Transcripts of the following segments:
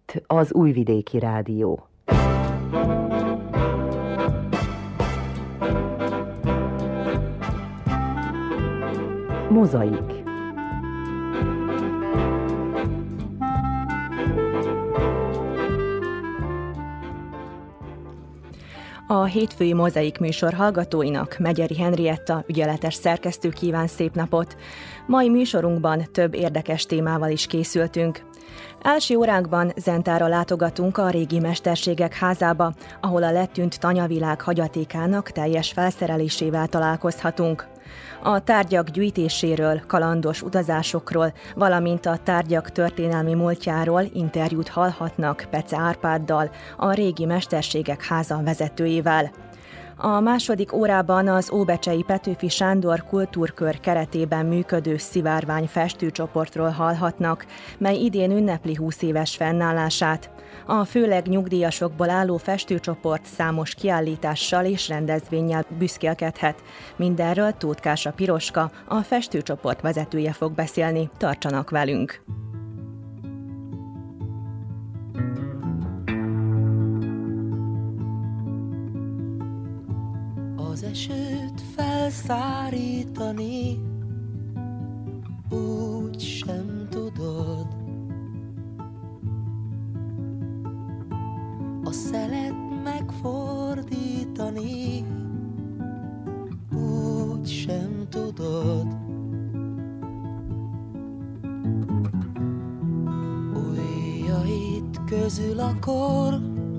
Itt az Újvidéki Rádió. Mozaik. A hétfői Mozaik műsor hallgatóinak Megyeri Henrietta ügyeletes szerkesztő kíván szép napot. Mai műsorunkban több érdekes témával is készültünk. Első óránkban Zentára látogatunk a Régi Mesterségek Házába, ahol a letűnt tanyavilág hagyatékának teljes felszerelésével találkozhatunk. A tárgyak gyűjtéséről, kalandos utazásokról, valamint a tárgyak történelmi múltjáról interjút hallhatnak Pece Árpáddal, a Régi Mesterségek Háza vezetőjével. A második órában az óbecsei Petőfi Sándor kultúrkör keretében működő Szivárvány festőcsoportról hallhatnak, mely idén ünnepli 20 éves fennállását. A főleg nyugdíjasokból álló festőcsoport számos kiállítással és rendezvénnyel büszkélkedhet. Mindenről Tóth Kársa Piroska, a festőcsoport vezetője fog beszélni. Tartsanak velünk! Az esőt felszárítani úgy sem tudod, a szelet megfordítani úgy sem tudod. Ujjaid közül akkor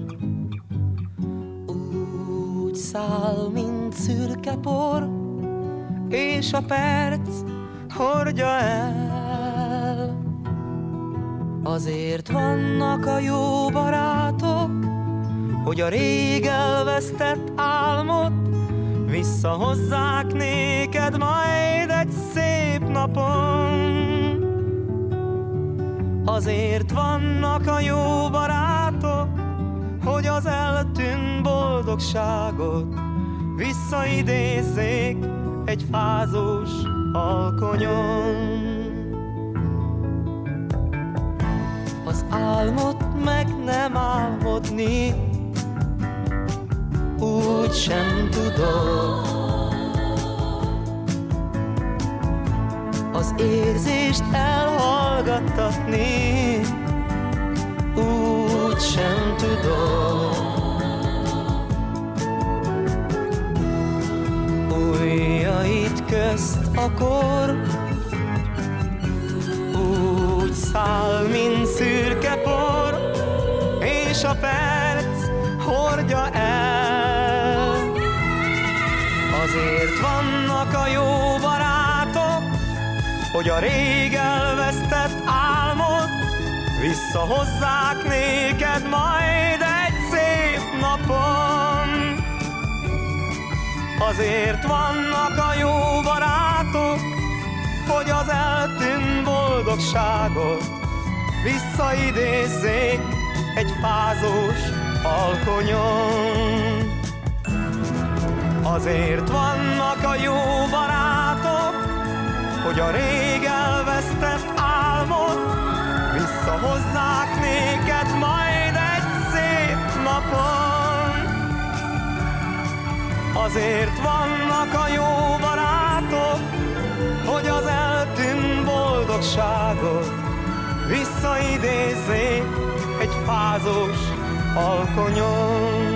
úgy száll, mint szürke por, és a perc hordja el. Azért vannak a jó barátok, hogy a rég elvesztett álmot visszahozzák néked majd egy szép napon. Azért vannak a jó barátok, hogy az eltűnt boldogságot visszaidézzék egy fázós alkonyon. Az álmot meg nem álmodni úgy sem tudod, az érzést elhallgattatni úgy sem tudod. Ujjaid közt akkor úgy száll, mint szürke por, és a perc hordja el. Azért vannak a jó barátok, hogy a rég elvesztett álmot visszahozzák néked majd egy szép napon. Azért vannak a jó barátok, hogy az eltűnt boldogságot visszaidézzék egy fázós alkonyon. Azért vannak a jó barátok, hogy a rég elvesztett álmot visszahozzák néked majd egy szép napon. Azért vannak a jó barátok, hogy az eltűnt boldogságot visszaidézzék egy fázós alkonyon.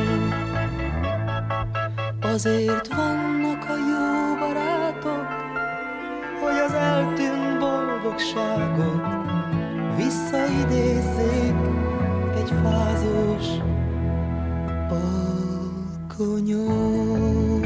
Azért vannak a jó barátok, hogy az eltűnt boldogságot visszaidézzék egy fázós alkonyon.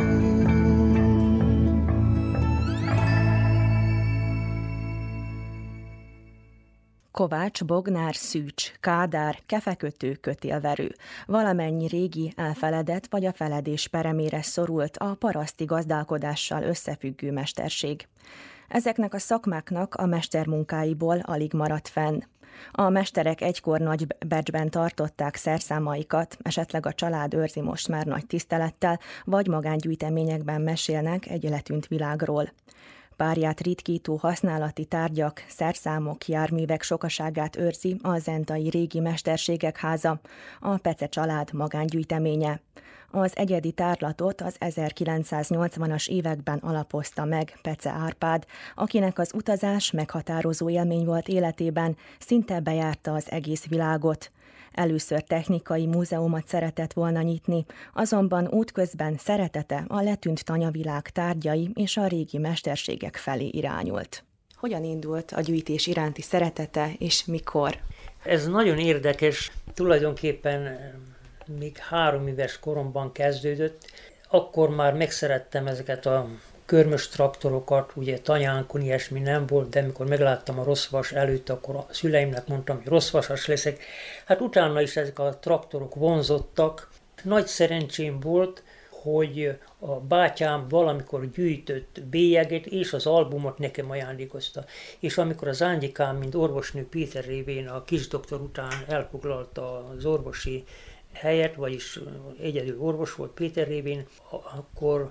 Kovács, Bognár, Szűcs, Kádár, kefekötő, kötélverő. Valamennyi régi, elfeledett vagy a feledés peremére szorult a paraszti gazdálkodással összefüggő mesterség. Ezeknek a szakmáknak a mestermunkáiból alig maradt fenn. A mesterek egykor nagy becsben tartották szerszámaikat, esetleg a család őrzi most már nagy tisztelettel, vagy magángyűjteményekben mesélnek egy letűnt világról. kerékpárját ritkító használati tárgyak, szerszámok, járművek sokaságát őrzi a Zentai Régi Mesterségek Háza, a Pece család magángyűjteménye. Az egyedi tárlatot az 1980-as években alapozta meg Pece Árpád, akinek az utazás meghatározó élmény volt életében, szinte bejárta az egész világot. Először technikai múzeumot szeretett volna nyitni, azonban útközben szeretete a letűnt tanyavilág tárgyai és a régi mesterségek felé irányult. Hogyan indult a gyűjtés iránti szeretete, és mikor? Ez nagyon érdekes, tulajdonképpen még 3 éves koromban kezdődött. Akkor már megszerettem ezeket a körmös traktorokat, ugye tanyánkon ilyesmi nem volt, de amikor megláttam a rosszvas előtt, akkor a szüleimnek mondtam, hogy rosszvasas leszek. Hát utána is ezek a traktorok vonzottak. Nagy szerencsém volt, hogy a bátyám valamikor gyűjtött bélyeget, és az albumot nekem ajándékozta. És amikor az Ángyikám, mint orvosnő Péter révén a kisdoktor után elfoglalta az orvosi helyet, vagyis egyedül orvos volt Péter révén, akkor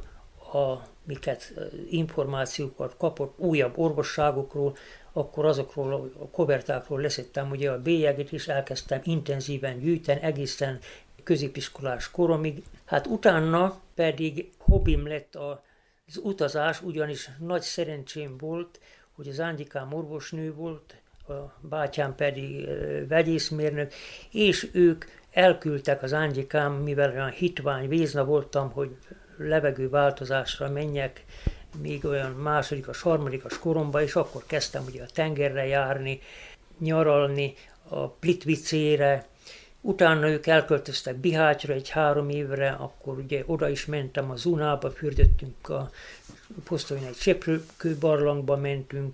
miket információkat kapott újabb orvosságokról, akkor azokról a kovertákról leszettem ugye a bélyeget, és elkezdtem intenzíven gyűjteni egészen középiskolás koromig. Hát utána pedig hobbim lett az utazás, ugyanis nagy szerencsém volt, hogy az Ángyikám orvosnő volt, a bátyám pedig vegyészmérnök, és ők elküldtek az Ángyikám, mivel olyan hitvány vézna voltam, hogy levegőváltozásra menjek, még olyan másodikas, harmadikas koromban, és akkor kezdtem ugye a tengerre járni, nyaralni, a Plitvicére. Utána ők elköltöztek Bihácsra egy 3 évre, akkor ugye oda is mentem a Zunába, fürdöttünk a Posztoljon egy Cseprőkőbarlangba mentünk,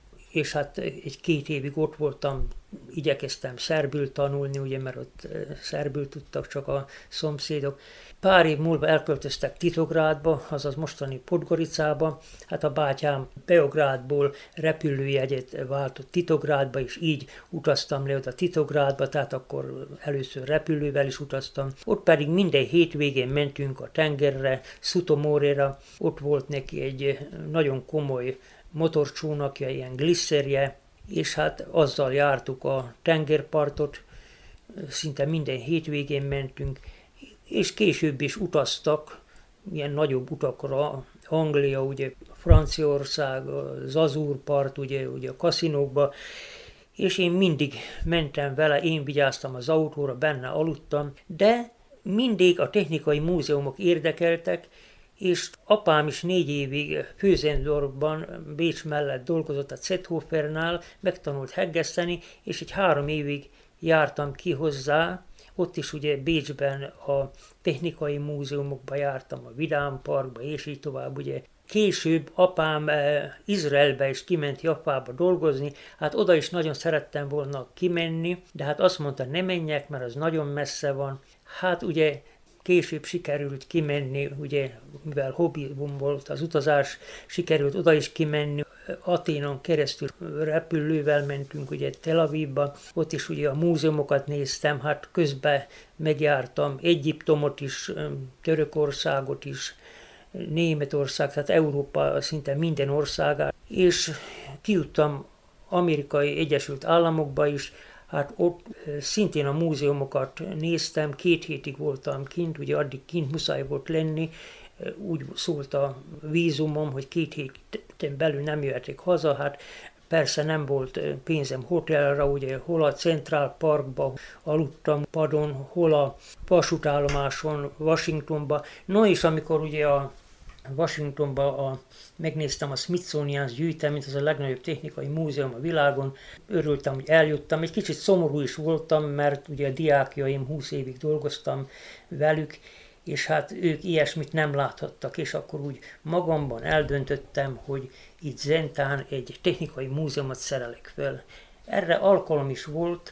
és hát 1-2 évig ott voltam, igyekeztem szerbül tanulni, ugye, mert ott szerbül tudtak csak a szomszédok. Pár év múlva elköltöztek Titográdba, azaz mostani Podgoricába. Hát a bátyám Beográdból repülőjegyet váltott Titográdba, és így utaztam le oda Titográdba, tehát akkor először repülővel is utaztam. Ott pedig minden hétvégén mentünk a tengerre, Szutomorera, ott volt neki egy nagyon komoly motorcsónakja, ilyen glisszerje, és hát azzal jártuk a tengerpartot, szinte minden hétvégén mentünk, és később is utaztak, ilyen nagyobb utakra, Anglia, ugye Franciaország, az Azúr-part, ugye a kaszinókba, és én mindig mentem vele, én vigyáztam az autóra, benne aludtam, de mindig a technikai múzeumok érdekeltek, és apám is 4 évig Főzendorfban, Bécs mellett dolgozott a Zetthofernál, megtanult heggeszteni, és egy 3 évig jártam ki hozzá, ott is ugye Bécsben a technikai múzeumokba jártam, a Vidám Parkba, és így tovább, ugye. Később apám Izraelbe is kiment Japába dolgozni, hát oda is nagyon szerettem volna kimenni, de hát azt mondta, ne menjek, mert az nagyon messze van. Hát ugye később sikerült kimenni, ugye, mivel hobbim volt az utazás, sikerült oda is kimenni. Aténon keresztül repülővel mentünk ugye Tel Avivba, ott is ugye a múzeumokat néztem, hát közben megjártam Egyiptomot is, Törökországot is, Németország, tehát Európa szinte minden országát, és kijuttam Amerikai Egyesült Államokba is, hát ott szintén a múzeumokat néztem, 2 hétig voltam kint, ugye addig kint muszáj volt lenni, úgy szólt a vízumom, hogy 2 héten belül nem jöhetek haza, hát persze nem volt pénzem hotelra, ugye hol a Central Parkba aludtam padon, hol a vasútállomáson, Washingtonba. No és amikor ugye a Washingtonba megnéztem a Smithsonian gyűjteményt, az a legnagyobb technikai múzeum a világon, örültem, hogy eljuttam. Egy kicsit szomorú is voltam, mert ugye a diákjaim 20 évig dolgoztam velük, és hát ők ilyesmit nem láthattak, és akkor úgy magamban eldöntöttem, hogy itt Zentán egy technikai múzeumot szerelek fel. Erre alkalom is volt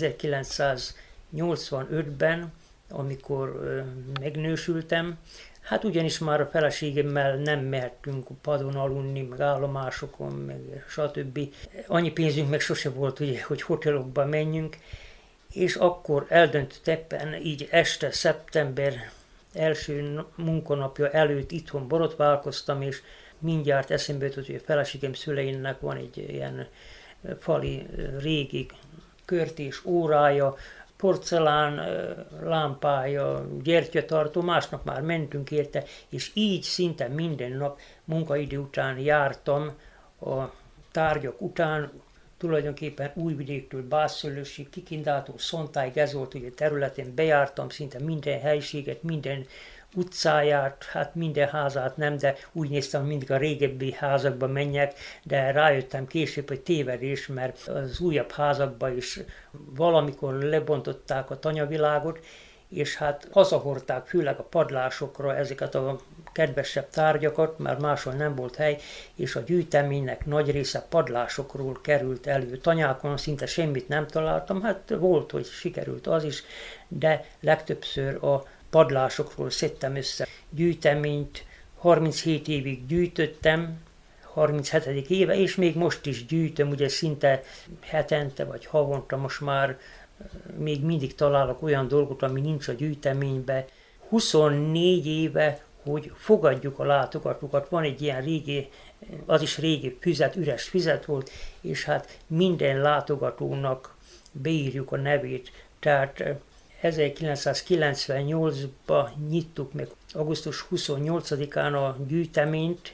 1985-ben, amikor megnősültem. Hát ugyanis már a feleségemmel nem mehettünk padon aludni, meg állomásokon, meg stb. Annyi pénzünk meg sose volt, ugye, hogy hotelokba menjünk, és akkor eldöntöttem, így este, szeptember első munkanapja előtt itthon borotválkoztam, és mindjárt eszembe jutott, hogy a feleségem szüleinek van egy ilyen fali régi körtés órája, porcelán lámpája, gyertyatartó, másnap már mentünk érte, és így szinte minden nap munkaidő után jártam a tárgyak után, tulajdonképpen Újvidéktől Bászszőlősig, Kikindától Szontáig, ez volt ugye területén, bejártam szinte minden helyiséget, minden utcáját, hát minden házát nem, de úgy néztem, mindig a régebbi házakba menjek, de rájöttem később, hogy tévedés, mert az újabb házakban is valamikor lebontották a tanyavilágot, és hát hazahordták főleg a padlásokra ezeket a kedvesebb tárgyakat, már máshol nem volt hely, és a gyűjteménynek nagy része padlásokról került elő. Tanyákon szinte semmit nem találtam, hát volt, hogy sikerült az is, de legtöbbször a padlásokról szedtem össze gyűjteményt, 37 évig gyűjtöttem, 37. éve, és még most is gyűjtöm, ugye szinte hetente vagy havonta most már még mindig találok olyan dolgot, ami nincs a gyűjteményben. 24 éve, hogy fogadjuk a látogatókat, van egy ilyen régi, az is régi füzet, üres füzet volt, és hát minden látogatónak beírjuk a nevét, tehát 1998-ban nyittuk meg augusztus 28-án a gyűjteményt,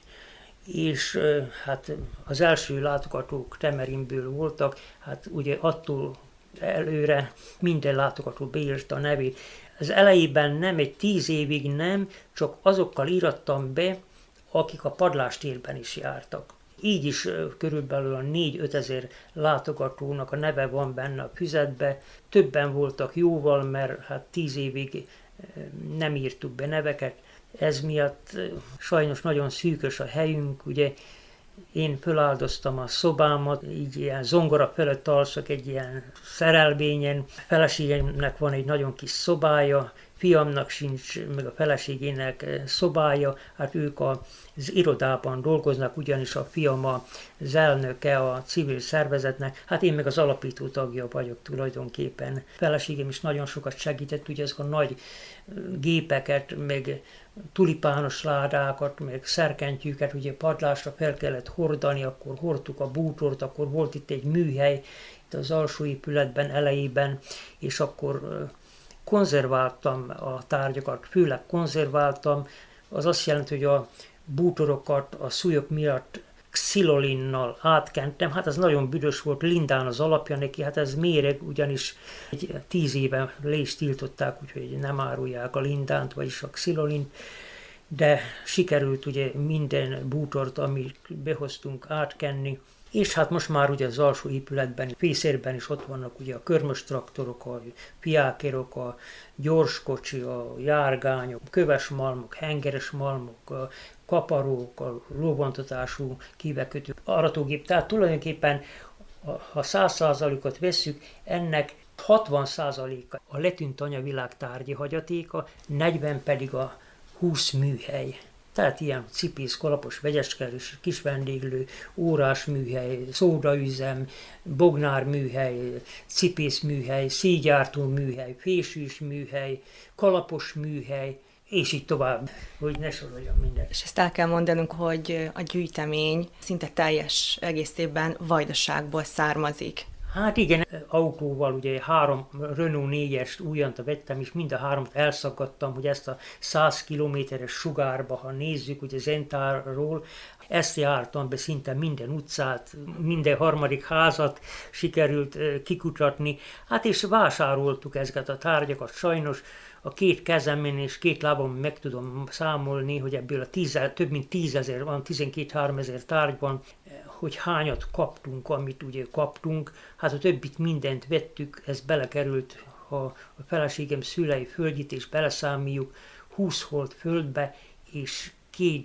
és hát az első látogatók Temerinből voltak, hát ugye attól előre minden látogató beírta a nevét. Az elejében nem, egy 10 évig nem, csak azokkal írattam be, akik a padlástérben is jártak. Így is körülbelül a 4-5 ezer látogatónak a neve van benne a füzetbe. Többen voltak jóval, mert hát 10 évig nem írtuk be neveket. Ez miatt sajnos nagyon szűkös a helyünk, ugye én föláldoztam a szobámat, így ilyen zongora fölött alszok egy ilyen szerelvényen. A feleségemnek van egy nagyon kis szobája, fiamnak sincs, meg a feleségének szobája, hát ők az irodában dolgoznak, ugyanis a fiam az elnöke a civil szervezetnek, hát én meg az alapító tagja vagyok tulajdonképpen. A feleségem is nagyon sokat segített, ugye ezek a nagy gépeket, meg tulipános ládákat, meg szerkentyűket, ugye padlásra fel kellett hordani, akkor hordtuk a bútort, akkor volt itt egy műhely, itt az alsó épületben elejében, és akkor konzerváltam a tárgyakat, főleg konzerváltam, az azt jelenti, hogy a bútorokat a szúlyok miatt xilolinnal átkentem, hát ez nagyon büdös volt, lindán az alapja neki, hát ez méreg, ugyanis 10 éve le is tiltották, úgyhogy nem árulják a lindánt, vagyis a xilolint, de sikerült ugye minden bútort, amit behoztunk, átkenni, és hát most már ugye az alsó épületben, fészérben is ott vannak ugye a körmös traktorok, a fiákerok, a gyorskocsi, a járgányok, köves malmok, hengeres malmok, a kaparók, a lóbontatású kivekötő aratógép. Tehát tulajdonképpen, ha 100%-ot vesszük, ennek 60%-a a letűnt anyavilág tárgyi hagyatéka, 40 pedig a 20 műhely. Tehát ilyen cipész, kalapos, vegyeskerés, kis vendéglő, órás műhely, szódaüzem, bognár műhely, cipész műhely, szígyártó műhely, fésűs műhely, kalapos műhely, és így tovább, hogy ne soroljam mindent. És ezt el kell mondanunk, hogy a gyűjtemény szinte teljes egészében Vajdaságból származik. Hát igen, autóval ugye 3 Renault 4-est újjanta vettem, és mind a 3-at elszakadtam, hogy ezt a 100 kilométeres sugárba, ha nézzük, ugye Zentárról, ezt jártam be szinte minden utcát, minden harmadik házat sikerült kikutatni, hát és vásároltuk ezeket a tárgyakat, sajnos a 2 kezemen és 2 lábon meg tudom számolni, hogy ebből a több mint 10 000, van 12-3 ezer tárgyban, hogy hányat kaptunk, amit ugye kaptunk, hát a többit mindent vettük, ez belekerült, ha a feleségem szülei földjét és beleszámoljuk, 20 holt földbe és 2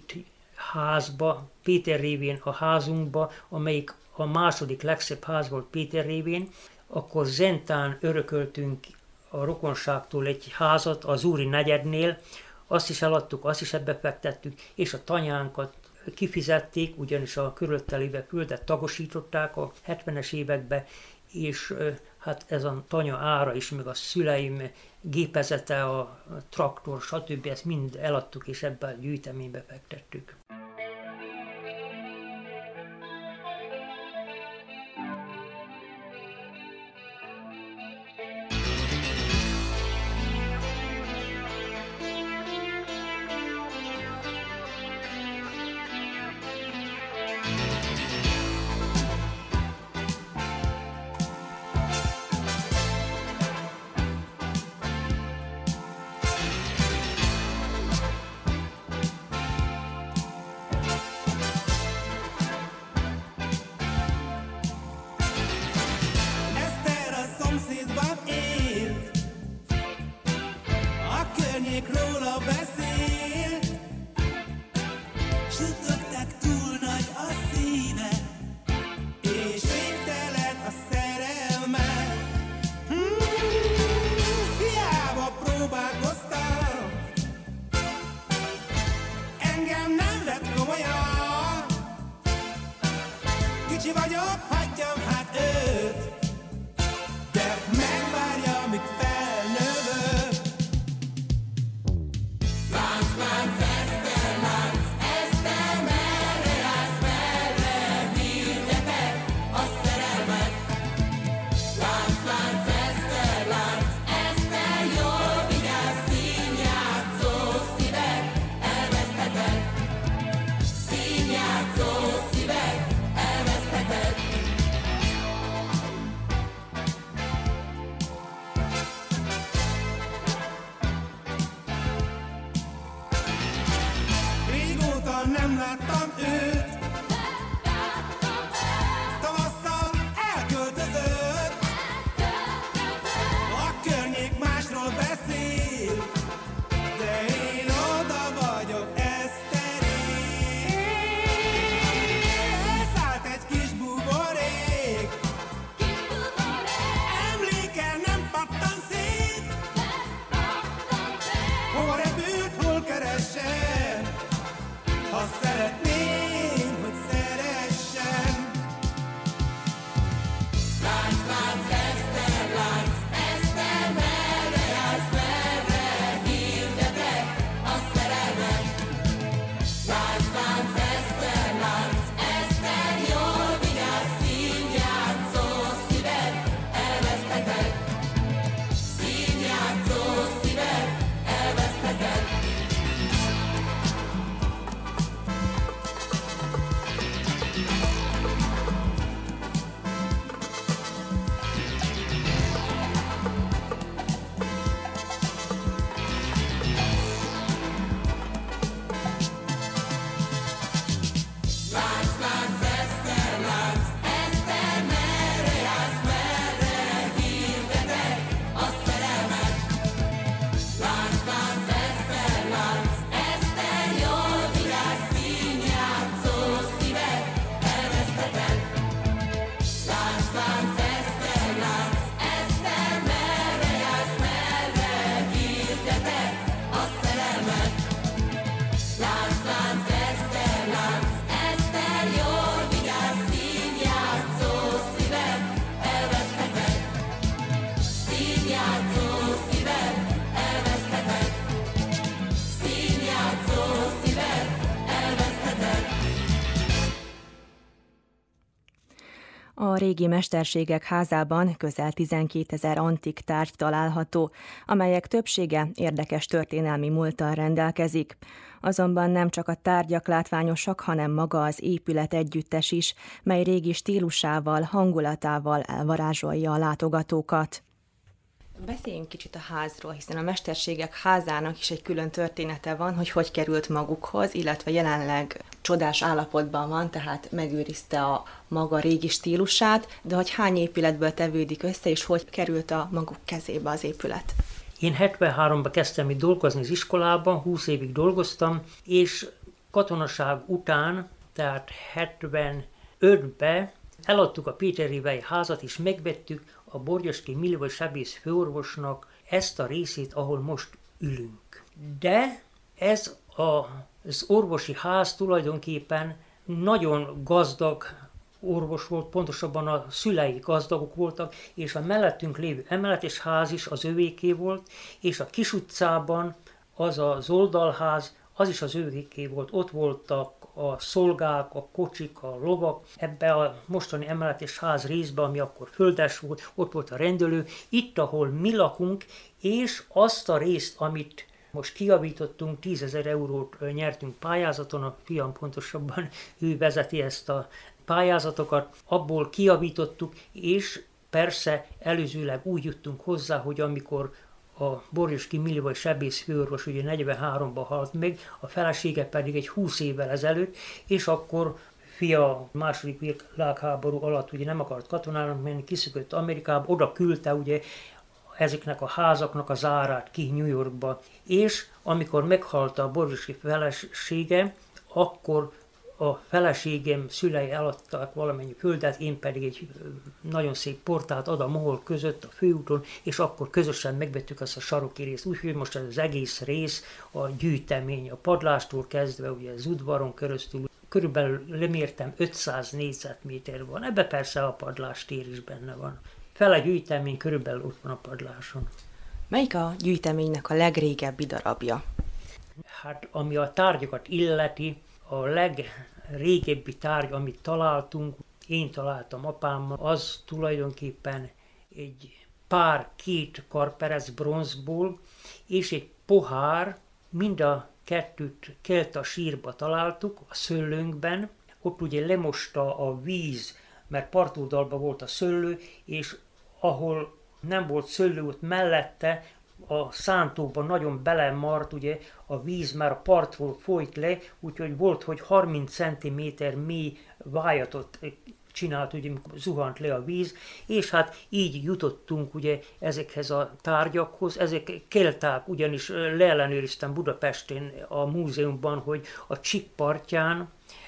házba, Péter révén a házunkba, amelyik a második legszebb ház volt Péter révén, akkor Zentán örököltünk a rokonságtól egy házat az Úri negyednél, azt is eladtuk, azt is ebbe fektettük, és a tanyánkat kifizették, ugyanis a körülötte lévő földet tagosították a 70-es években, és hát ez a tanya ára is, meg a szüleim gépezete, a traktor, stb. Ezt mind eladtuk, és ebben a gyűjteménybe fektettük. nem láttam őt. Tavasszal elköltözött, a környék másról beszél, de én oda vagyok Eszteré. Elszállt egy kis buborék, emléke nem pattan szét. Hova repült, hol keresem, ha szeretném, hogy szeressem. Lánc, lánc, Eszter, lánc, Eszter, merre jársz, merre hirdeted a szerelmet. Lánc, lánc, Eszter, lánc, Eszter, jól vigyázz, színjátszó szíved, elvesztheted. Színjátszó szíved, elvesztheted. Lánc, lánc, Eszter, lánc, Eszter, merre jársz, merre hirdeted a szerelmet. Lánc, lánc, Eszter, lánc, Eszter, jól vigyázz, színjátszó szíved, elvesztheted. Lánc, lánc, Eszter, lánc, Eszter, merre jársz, merre hirdeted a szerelmet. Lánc, lánc, Eszter, lánc, Eszter, jól vigyázz, színjátszó szíved, elvesztheted. Színjátszó szíved, elvesztheted. Színjátszó szíved, elvesztheted. A Régi Mesterségek Házában közel 12 000 antik tárgy található, amelyek többsége érdekes történelmi múlttal rendelkezik. Azonban nem csak a tárgyak látványosak, hanem maga az épület együttes is, mely régi stílusával, hangulatával elvarázsolja a látogatókat. Beszéljünk kicsit a házról, hiszen a Mesterségek Házának is egy külön története van, hogy került magukhoz, illetve jelenleg csodás állapotban van, tehát megőrizte a maga régi stílusát, de hogy hány épületből tevődik össze, és hogy került a maguk kezébe az épület? Én 73-ban kezdtem itt dolgozni az iskolában, 20 évig dolgoztam, és katonaság után, tehát 75-ben eladtuk a Péterrévei házat, és megvettük a Borgyoski Millivoj sebész főorvosnak ezt a részét, ahol most ülünk. De ez az orvosi ház tulajdonképpen nagyon gazdag orvos volt, pontosabban a szülei gazdagok voltak, és a mellettünk lévő emeletes ház is az övéké volt, és a Kis utcában az az oldalház, az is az övéké volt. Ott voltak a szolgák, a kocsik, a lovak. Ebbe a mostani emeletes ház részben, ami akkor földes volt, ott volt a rendelő. Itt, ahol mi lakunk, és azt a részt, amit most kijavítottunk, 10 000 eurót nyertünk pályázaton, a fiam pontosabban, ő vezeti ezt a pályázatokat, abból kijavítottuk, és persze előzőleg úgy juttunk hozzá, hogy amikor a Borgyoski Millivoj sebész főorvos ugye 43-ban halt meg, a felesége pedig egy 20 évvel ezelőtt, és akkor fia második világháború alatt ugye nem akart katonának menni, kiszökött Amerikába, oda küldte ugye ezeknek a házaknak az árát ki New Yorkba. És amikor meghalt a Borgyoski felesége, akkor a feleségem szülei eladták valamennyi földet, én pedig egy nagyon szép portát ad a Mohol között a főúton, és akkor közösen megvettük azt a saroki részt. Úgyhogy most ez az egész rész a gyűjtemény, a padlástól kezdve ugye az udvaron keresztül, körülbelül lemértem 500 négyzetméter van. Ebbe persze a padlástér is benne van. Fele gyűjtemény körülbelül ott van a padláson. Melyik a gyűjteménynek a legrégebbi darabja? Hát ami a tárgyakat illeti, a legrégebbi tárgy, amit találtunk, én találtam apámmal, az tulajdonképpen egy pár 2 karperec bronzból, és egy pohár, mind a kettőt kelt a sírba találtuk, a szőlőnkben. Ott ugye lemosta a víz, mert partoldalban volt a szőlő, és ahol nem volt szőlő, ott mellette a szántóban nagyon belemart ugye a víz, már a partról folyt le, úgyhogy volt, hogy 30 cm mély vájatot csinált, ugye, amikor zuhant le a víz, és hát így jutottunk ugye ezekhez a tárgyakhoz. Ezek kelták, ugyanis leellenőriztem Budapesten a múzeumban, hogy a Csik partján,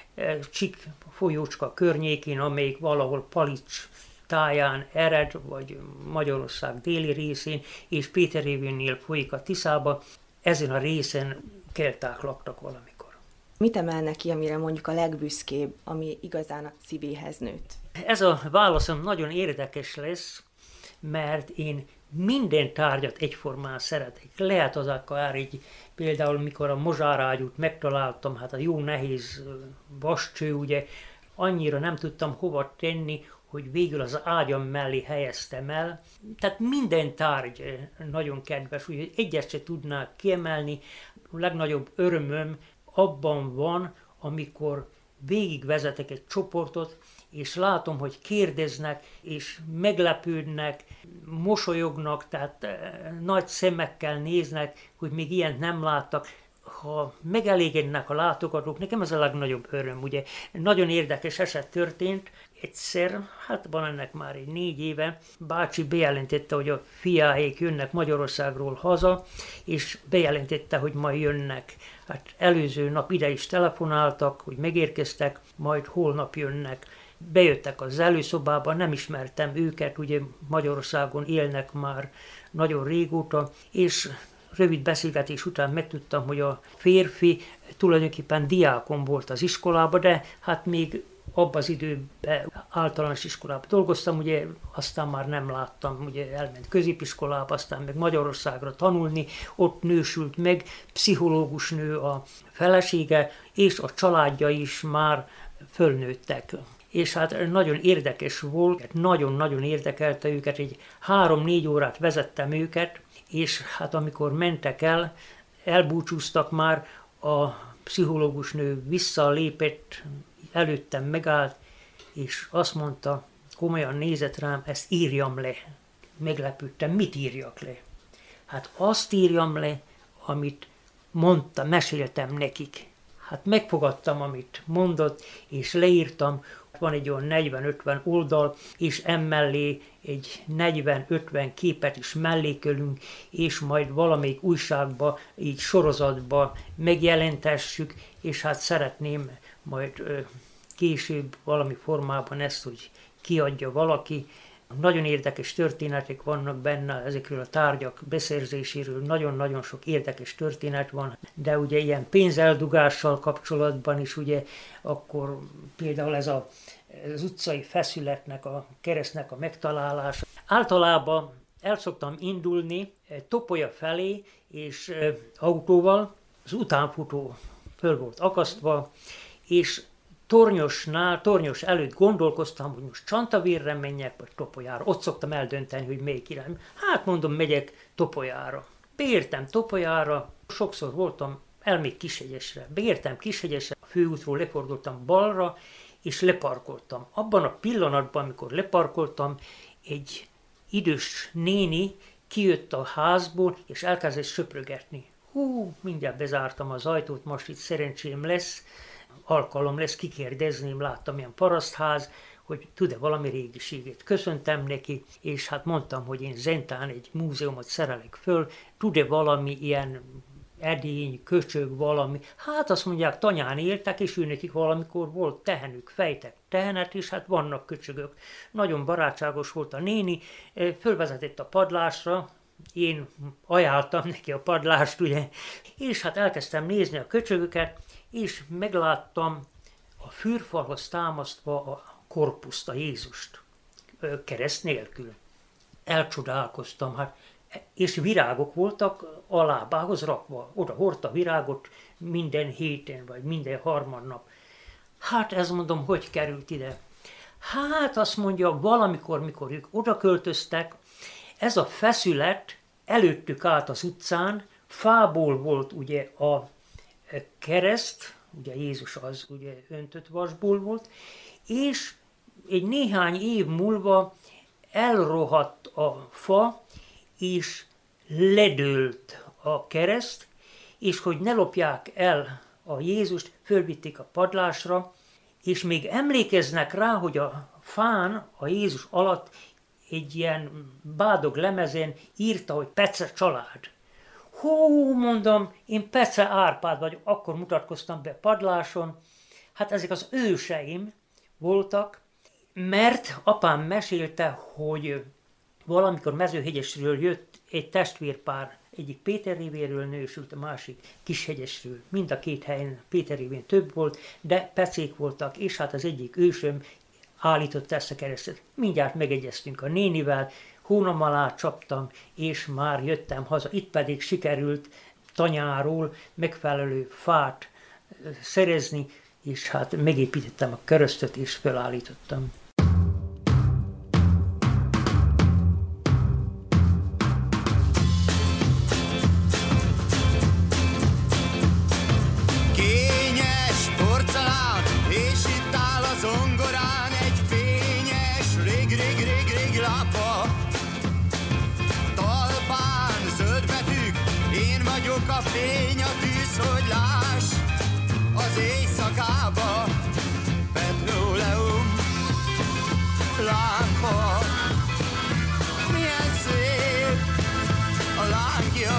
Csik folyócska környékén, amelyik valahol Palics táján ered, vagy Magyarország déli részén, és Péterrévénynél folyik a Tiszába, ezen a részen kelták laktak valamikor. Mit emelne ki, amire mondjuk a legbüszkébb, ami igazán a szívéhez nőtt? Ez a válaszom nagyon érdekes lesz, mert én minden tárgyat egyformán szeretek. Lehet az akár így, például mikor a mozsárágyút megtaláltam, hát a jó nehéz vascső, ugye, annyira nem tudtam hova tenni, hogy végül az ágyam mellé helyeztem el. Tehát minden tárgy nagyon kedves, úgyhogy egyet se tudnák kiemelni. A legnagyobb örömöm abban van, amikor végigvezetek egy csoportot, és látom, hogy kérdeznek, és meglepődnek, mosolyognak, tehát nagy szemekkel néznek, hogy még ilyent nem láttak. Ha megelégednek a látogatók, nekem ez a legnagyobb öröm. Ugye nagyon érdekes eset történt. Egyszer, hát van ennek már egy 4 éve, bácsi bejelentette, hogy a fiáék jönnek Magyarországról haza, és bejelentette, hogy majd jönnek. Hát előző nap ide is telefonáltak, hogy megérkeztek, majd holnap jönnek. Bejöttek az előszobába, nem ismertem őket, ugye Magyarországon élnek már nagyon régóta, és rövid beszélgetés után megtudtam, hogy a férfi tulajdonképpen diákon volt az iskolában, de hát még abban az időben általános iskolában dolgoztam, ugye aztán már nem láttam, ugye elment középiskolába, aztán meg Magyarországra tanulni, ott nősült meg, pszichológus nő a felesége, és a családja is már fölnőttek. És hát nagyon érdekes volt, nagyon-nagyon érdekelte őket, egy 3-4 órát vezettem őket, és hát amikor mentek el, elbúcsúztak már, a pszichológus nő visszalépett, előttem megállt, és azt mondta, komolyan nézett rám, ezt írjam le. Meglepődtem, mit írjak le? Hát azt írjam le, amit mondta, meséltem nekik. Hát megfogadtam, amit mondott, és leírtam. Van egy olyan 40-50 oldal, és emellé egy 40-50 képet is mellékelünk, és majd valamelyik újságba, így sorozatba megjelentessük, és hát szeretném majd később valami formában ezt, hogy kiadja valaki. Nagyon érdekes történetek vannak benne ezekről a tárgyak beszerzéséről, nagyon-nagyon sok érdekes történet van, de ugye ilyen pénzeldugással kapcsolatban is ugye akkor például ez az utcai feszületnek, a keresztnek a megtalálása. Általában el szoktam indulni Topolya felé, és autóval az utánfutó föl volt akasztva, és Tornyos előtt gondolkoztam, hogy most Csantavérre menjek, vagy Topolyára. Ott szoktam eldönteni, hogy melyik irány. Hát mondom, megyek Topolyára. Beértem Topolyára, sokszor voltam, elmégy Kishegyesre. Beértem Kishegyesre, a főútról lefordultam balra, és leparkoltam. Abban a pillanatban, amikor leparkoltam, egy idős néni kijött a házból, és elkezdett söprögetni. Mindjárt bezártam az ajtót, most itt szerencsém lesz, alkalom lesz, kikérdezném, láttam ilyen parasztház, hogy tud-e valami régiségét. Köszöntem neki, és hát mondtam, hogy én Zentán egy múzeumot szerelek föl, tud-e valami ilyen edény, köcsög, valami. Hát azt mondják, tanyán éltek, és ő nekik valamikor volt tehenük, fejtek tehenet, és hát vannak köcsögök. Nagyon barátságos volt a néni, fölvezetett a padlásra, én ajánltam neki a padlást, ugye, és hát elkezdtem nézni a köcsögöket, és megláttam a fűrfalhoz támasztva a korpuszt, a Jézust, kereszt nélkül. Elcsodálkoztam, hát, és virágok voltak a lábához rakva. Oda hordta virágot minden héten, vagy minden harmadnap. Hát ez mondom, hogy került ide? Hát azt mondja, valamikor, mikor ők oda költöztek, ez a feszület előttük állt az utcán, fából volt ugye a kereszt, ugye Jézus az ugye öntött vasból volt, és egy néhány év múlva elrohadt a fa, és ledőlt a kereszt, és hogy ne lopják el a Jézust, fölvitték a padlásra, és még emlékeznek rá, hogy a fán a Jézus alatt egy ilyen bádog lemezen írta, hogy Pece család. Hú, mondom, én Pece Árpád vagyok, akkor mutatkoztam be padláson. Hát ezek az őseim voltak, mert apám mesélte, hogy valamikor Mezőhegyesről jött egy testvérpár, egyik Péterrévéről nősült, a másik Kishegyesről. Mind a két helyen Péterrévén több volt, de pecék voltak, és hát az egyik ősöm állította ezt a keresztet. Mindjárt megegyeztünk a nénivel, hónam alá csaptam, és már jöttem haza. Itt pedig sikerült tanyáról megfelelő fát szerezni, és hát megépítettem a keresztet, és felállítottam. A fény, a tűz, hogy láss az éjszakába, petróleum lámpa. Milyen szép a lángja.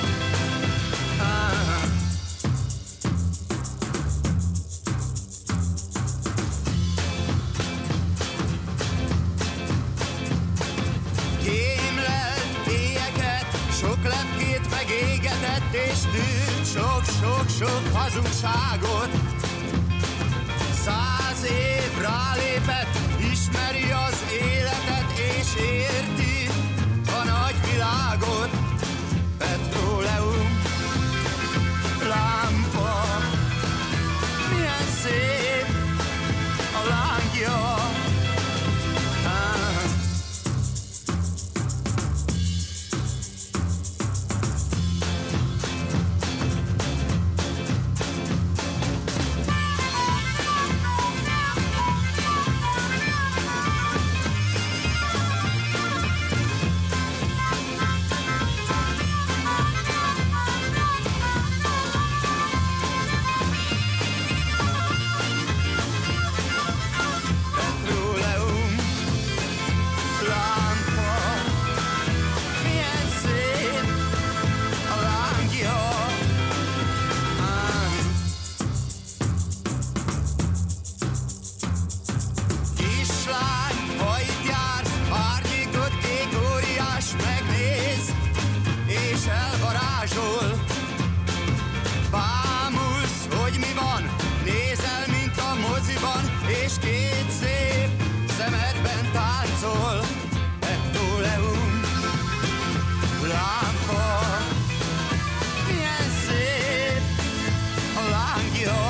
Kémlelt éjeket, sok lepkét megégetett, és tűnt sok-sok-sok hazugságot. 100 év rálépett, ismeri az életet, és érti a nagy világot. Petróleum lámpa, milyen szép a lángja. És két szép szemedben táncol. Petróleum lámpa, milyen szép a lángja.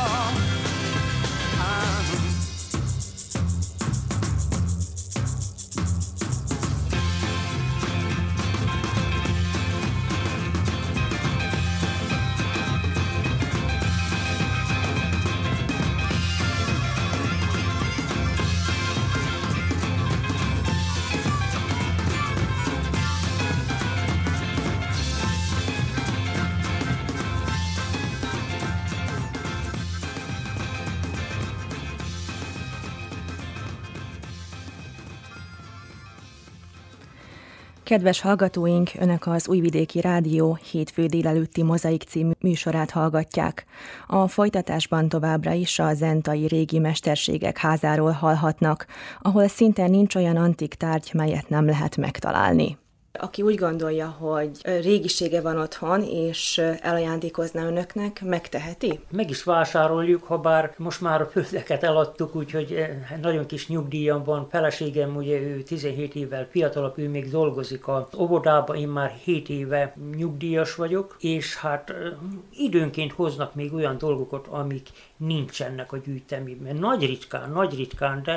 Kedves hallgatóink, Önök az Újvidéki Rádió hétfő délelőtti Mozaik című műsorát hallgatják. A folytatásban továbbra is a zentai régi mesterségek házáról hallhatnak, ahol szinte nincs olyan antik tárgy, melyet nem lehet megtalálni. Aki úgy gondolja, hogy régisége van otthon, és elajándékozna önöknek, megteheti? Meg is vásároljuk, ha bár most már a földeket eladtuk, úgyhogy nagyon kis nyugdíjam van. Feleségem, ugye ő 17 évvel fiatalabb, ő még dolgozik az óvodában, én már 7 éve nyugdíjas vagyok, és hát időnként hoznak még olyan dolgokat, amik nincsenek a gyűjteményben. Nagy ritkán, de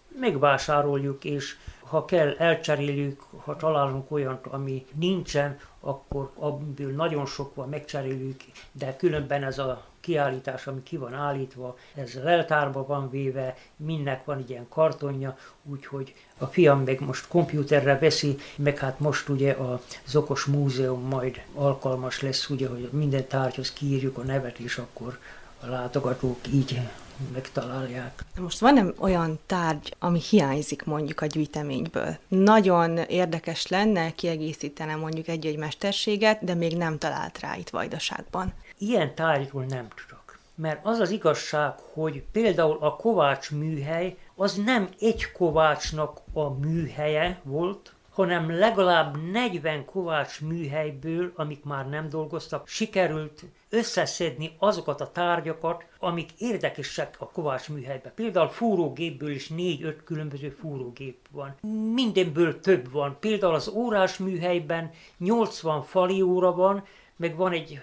megvásároljuk, és ha kell, elcseréljük, ha találunk olyant, ami nincsen, akkor abból nagyon sok van, megcseréljük, de különben ez a kiállítás, ami ki van állítva, ez leltárba van véve, mindnek van egy ilyen kartonja, úgyhogy a fiam meg most kompjúterre veszi, meg hát most ugye az Okos Múzeum majd alkalmas lesz, ugye, hogy minden tárgyhoz kiírjuk a nevet, és akkor a látogatók így megtalálják. Most van olyan tárgy, ami hiányzik mondjuk a gyűjteményből? Nagyon érdekes lenne kiegészíteni mondjuk egy-egy mesterséget, de még nem talált rá itt Vajdaságban. Ilyen tárgyról nem tudok. Mert az az igazság, hogy például a kovács műhely, az nem egy kovácsnak a műhelye volt, hanem legalább 40 kovács műhelyből, amik már nem dolgoztak, sikerült összeszedni azokat a tárgyakat, amik érdekesek a kovács műhelyben. Például fúrógépből is 4-5 különböző fúrógép van. Mindenből több van. Például az órás műhelyben 80 fali óra van, meg van egy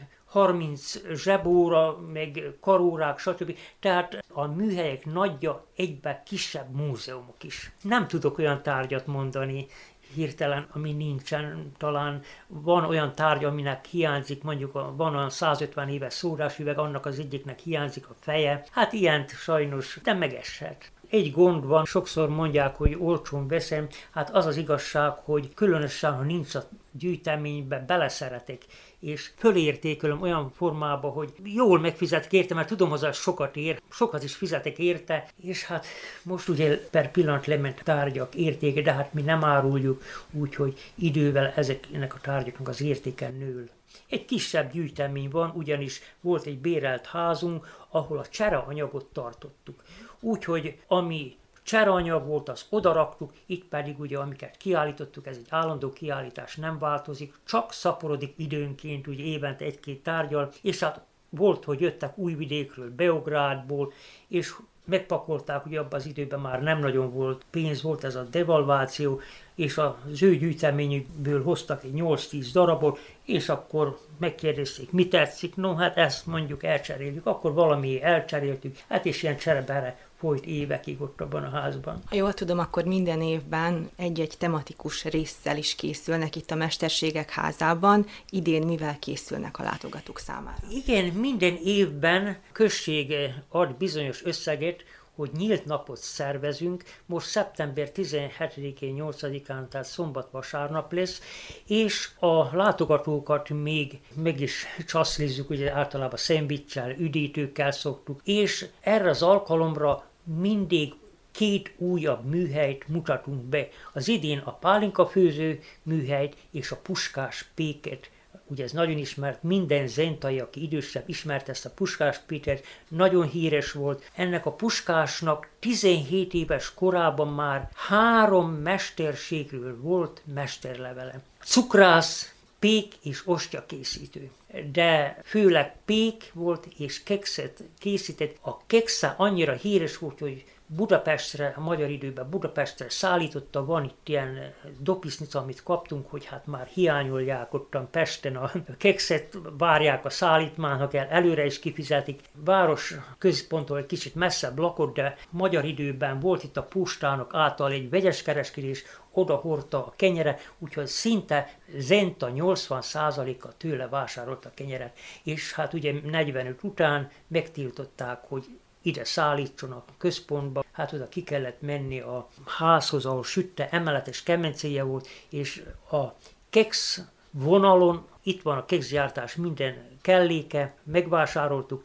30 zsebóra, meg karórák, stb. Tehát a műhelyek nagyja egyben kisebb múzeumok is. Nem tudok olyan tárgyat mondani hirtelen, ami nincsen. Talán van olyan tárgy, aminek hiányzik, mondjuk van olyan 150 éves szórásüveg, annak az egyiknek hiányzik a feje. Hát ilyent sajnos nem megeshet. Egy gond van, sokszor mondják, hogy olcsón veszem, hát az az igazság, hogy különösen, ha nincs a gyűjteménybe, beleszeretek, és fölértékelem olyan formában, hogy jól megfizetek érte, mert tudom, hogy az sokat ér, sokat is fizetek érte, és hát most ugye per pillanat lement a tárgyak értéke, de hát mi nem áruljuk, úgyhogy idővel ezeknek a tárgyaknak az értéke nő. Egy kisebb gyűjtemény van, ugyanis volt egy bérelt házunk, ahol a csereanyagot tartottuk. Úgyhogy ami csereanyag volt, azt odaraktuk, itt pedig ugye amiket kiállítottuk, ez egy állandó kiállítás, nem változik, csak szaporodik időnként, ugye évente 1-2 tárgyal, és hát volt, hogy jöttek Újvidékről, Beográdból, és megpakolták, ugye abban az időben már nem nagyon volt pénz, volt ez a devalváció, és az ő gyűjteményükből hoztak egy 8-10 darabot, és akkor megkérdezték, mi tetszik, no hát ezt mondjuk elcseréljük, akkor valami elcseréltük, hát és ilyen cserebere folyt évekig ott abban a házban. Ha jól tudom, akkor minden évben egy-egy tematikus résszel is készülnek itt a Mesterségek Házában. Idén mivel készülnek a látogatók számára? Igen, minden évben község ad bizonyos összeget, hogy nyílt napot szervezünk. Most szeptember 17-én, 8-án, tehát szombat-vasárnap lesz, és a látogatókat még meg is csaszlizzuk, ugye általában szendviccel, üdítőkkel szoktuk, és erre az alkalomra mindig 2 újabb műhelyt mutatunk be. Az idén a pálinkafőző műhelyt és a puskás péket. Ugye ez nagyon ismert, minden zentai, aki idősebb, ismert ezt a Puskás Pétert, nagyon híres volt. Ennek a puskásnak 17 éves korában már 3 mesterségről volt mesterlevele. Cukrász, pék és ostyakészítő. De főleg pék volt és kekszet készített. A keksze annyira híres volt, hogy Budapestre, a magyar időben Budapestre szállította, van itt ilyen dopisznica, amit kaptunk, hogy hát már hiányolják ottan Pesten a kekszet, várják a szállítmányt, ha kell, előre is kifizetik. Város központtól egy kicsit messzebb lakott, de magyar időben volt itt a postának által egy vegyes kereskedés, oda hordta a kenyere, úgyhogy szinte zenta 80%-a tőle vásárolta a kenyeret. És hát ugye 45 után megtiltották, hogy ide szállítson a központba, hát oda ki kellett menni a házhoz, ahol sütte, emeletes kemencéje volt, és a keksz vonalon, itt van a kekszgyártás minden kelléke, megvásároltuk,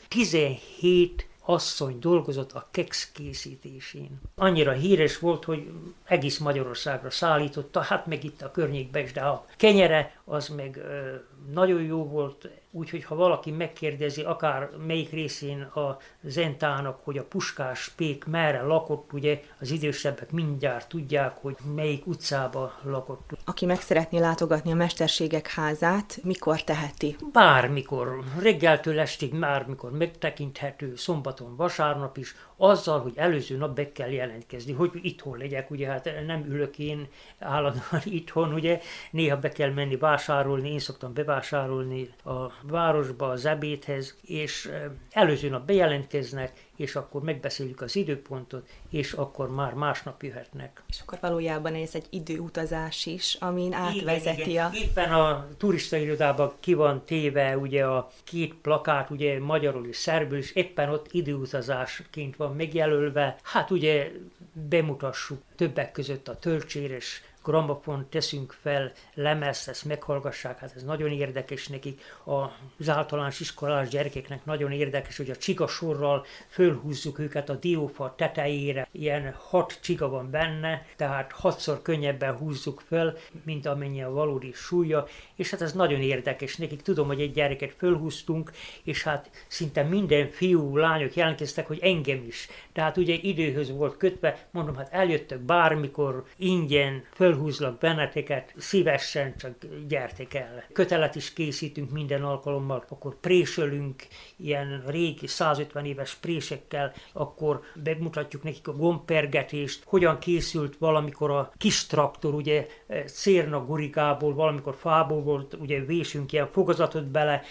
17 asszony dolgozott a keksz készítésén. Annyira híres volt, hogy egész Magyarországra szállította, hát meg itt a környékben is, de a kenyere az meg nagyon jó volt, úgyhogy ha valaki megkérdezi, akár melyik részén a zentának, hogy a Puskás Pék merre lakott, ugye az idősebbek mindjárt tudják, hogy melyik utcába lakott. Aki meg szeretné látogatni a Mesterségek Házát, mikor teheti? Bármikor, reggeltől estig bármikor megtekinthető, szombaton, vasárnap is, azzal, hogy előző nap be kell jelentkezni, hogy itthon legyek, ugye hát nem ülök én állandóan itthon, ugye néha be kell menni vásárolni, én szoktam bevásárolni a városba, az ebédhez, és előző nap bejelentkeznek, és akkor megbeszéljük az időpontot, és akkor már másnap jöhetnek. És akkor valójában ez egy időutazás is, amin átvezeti igen. Éppen a turista irodában ki van téve ugye a két plakát, ugye magyarul és szerbül, és éppen ott időutazásként van megjelölve. Hát ugye bemutassuk többek között a töltséres gramofont, teszünk fel lemezt, ezt meghallgassák, hát ez nagyon érdekes nekik. Az általános iskolás gyerekeknek nagyon érdekes, hogy a csigasorral fölhúzzuk őket a diófa tetejére, ilyen 6 csiga van benne, tehát 6-szor könnyebben húzzuk föl, mint amennyi a valódi súlya, és hát ez nagyon érdekes nekik. Tudom, hogy egy gyereket fölhúztunk, és hát szinte minden fiú, lányok jelentkeztek, hogy engem is. Tehát ugye időhöz volt kötve, mondom, hát eljöttök bármikor, ingyen fölhúzlak benneteket, szívesen csak gyertek el. Kötelet is készítünk minden alkalommal, akkor présölünk ilyen régi 150 éves présekkel, akkor bemutatjuk nekik a gombpergetést, hogyan készült valamikor a kis traktor, ugye cérna gurigából, valamikor fából volt, ugye vésünk ilyen fogazatot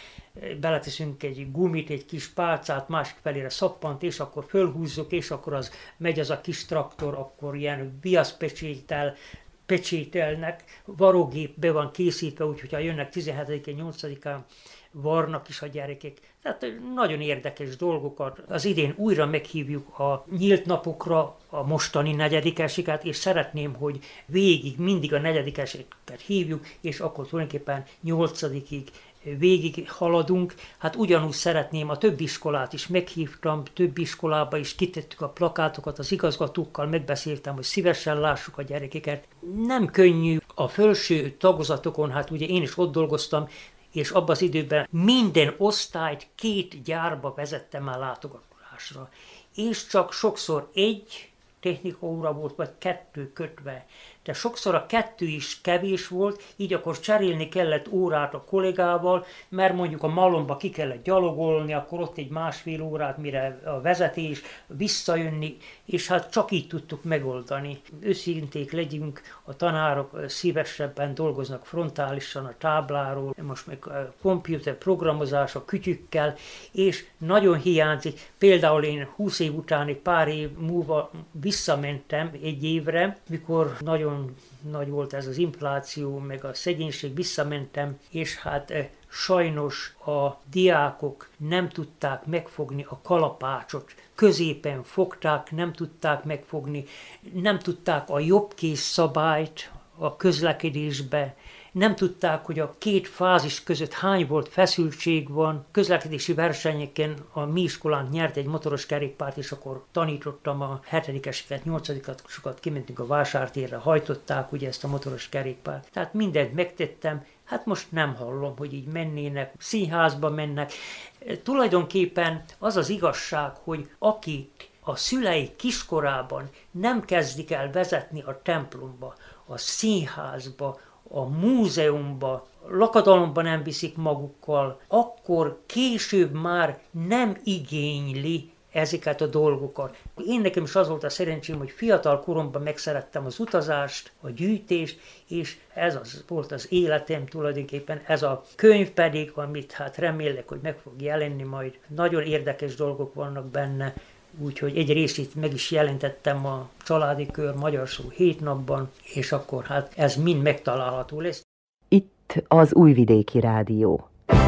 beleteszünk egy gumit, egy kis pálcát, másik felére szappant, és akkor fölhúzzuk, és akkor az megy az a kis traktor, akkor ilyen viaszpecséttel pecsételnek, varógép be van készítve, úgyhogy ha jönnek 17-én, 8-án, varnak is a gyerekek. Tehát nagyon érdekes dolgokat. Az idén újra meghívjuk a nyílt napokra a mostani negyedikeseket, és szeretném, hogy végig mindig a negyedikeseket hívjuk, és akkor tulajdonképpen 8-ig végig haladunk. Hát ugyanúgy szeretném, a több iskolát is meghívtam, több iskolába is kitettük a plakátokat, az igazgatókkal megbeszéltem, hogy szívesen lássuk a gyerekeket. Nem könnyű a felső tagozatokon, hát ugye én is ott dolgoztam, és abban az időben minden osztályt 2 gyárba vezettem el látogatásra. És csak sokszor 1 technikaóra volt, vagy 2 kötve. De sokszor a 2 is kevés volt, így akkor cserélni kellett órát a kollégával, mert mondjuk a malomba ki kellett gyalogolni, akkor ott egy 1,5 órát, mire a vezetés, visszajönni, és hát csak így tudtuk megoldani. Őszinték legyünk, a tanárok szívesebben dolgoznak frontálisan a tábláról, most meg a komputer programozás a kütyükkel, és nagyon hiányzik. Például én 20 év után, egy pár év múlva visszamentem 1 évre, mikor nagyon nagy volt ez az infláció, meg a szegénység, visszamentem, és hát sajnos a diákok nem tudták megfogni a kalapácsot, középen fogták, nem tudták megfogni, nem tudták a jobbkész szabályt a közlekedésbe, nem tudták, hogy a 2 fázis között hány volt feszültség van. Közlekedési versenyeken a mi iskolánk nyert egy motoros kerékpárt, és akkor tanítottam a 7-eseket, 8-asokat, kimentünk a vásártérre, hajtották ugye ezt a motoros kerékpárt. Tehát mindent megtettem, hát most nem hallom, hogy így mennének, színházba mennek. Tulajdonképpen az az igazság, hogy akik a szülei kiskorában nem kezdik el vezetni a templomba, a színházba, a múzeumba, lakadalomba nem viszik magukkal, akkor később már nem igényli ezeket a dolgokat. Én nekem is az volt a szerencsém, hogy fiatal koromban megszerettem az utazást, a gyűjtést, és ez az volt az életem tulajdonképpen. Ez a könyv pedig, amit hát remélek, hogy meg fog jelenni majd. Nagyon érdekes dolgok vannak benne, úgyhogy egy részét meg is jelentettem a Családi Kör Magyar Szó 7 napban, és akkor hát ez mind megtalálható lesz. Itt az Újvidéki Rádió.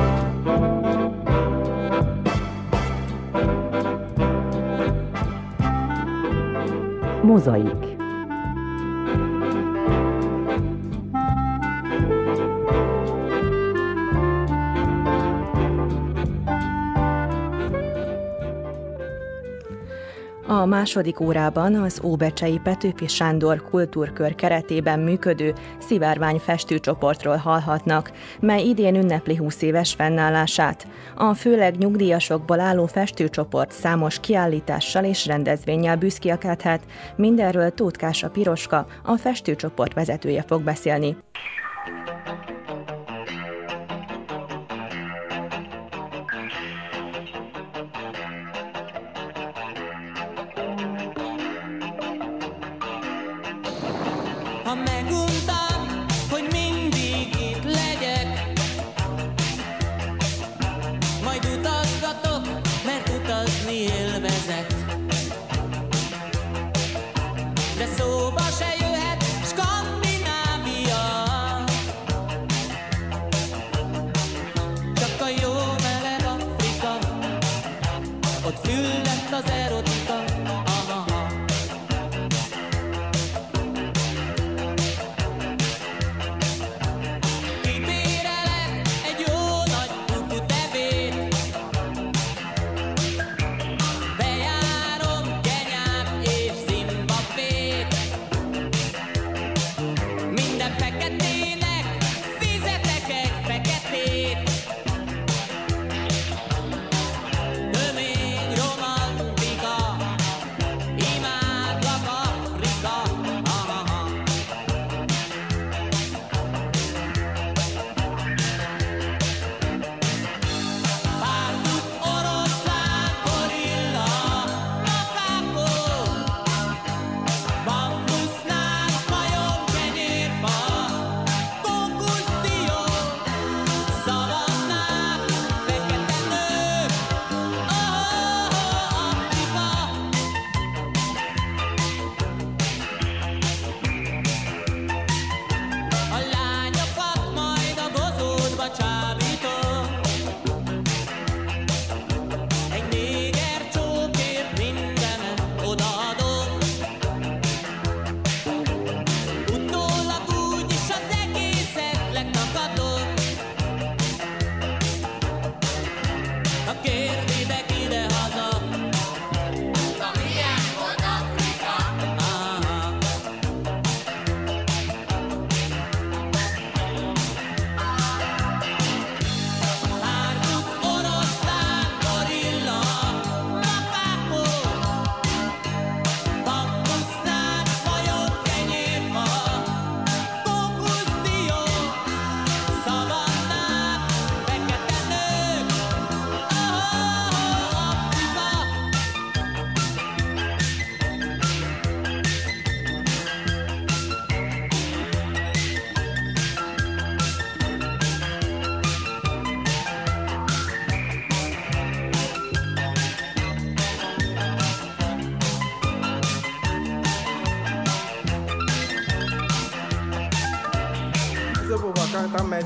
Mozaik. A második órában az Óbecsei Petőfi Sándor Kultúrkör keretében működő Szivárvány festőcsoportról hallhatnak, mely idén ünnepli 20 éves fennállását. A főleg nyugdíjasokból álló festőcsoport számos kiállítással és rendezvénnyel büszkélkedhet. Mindenről Tóth Kása Piroska, a festőcsoport vezetője fog beszélni. Ha meguntam, hogy mindig itt legyek, majd utazgatok, mert utazni élvezek.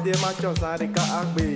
dia macam sarika agbi.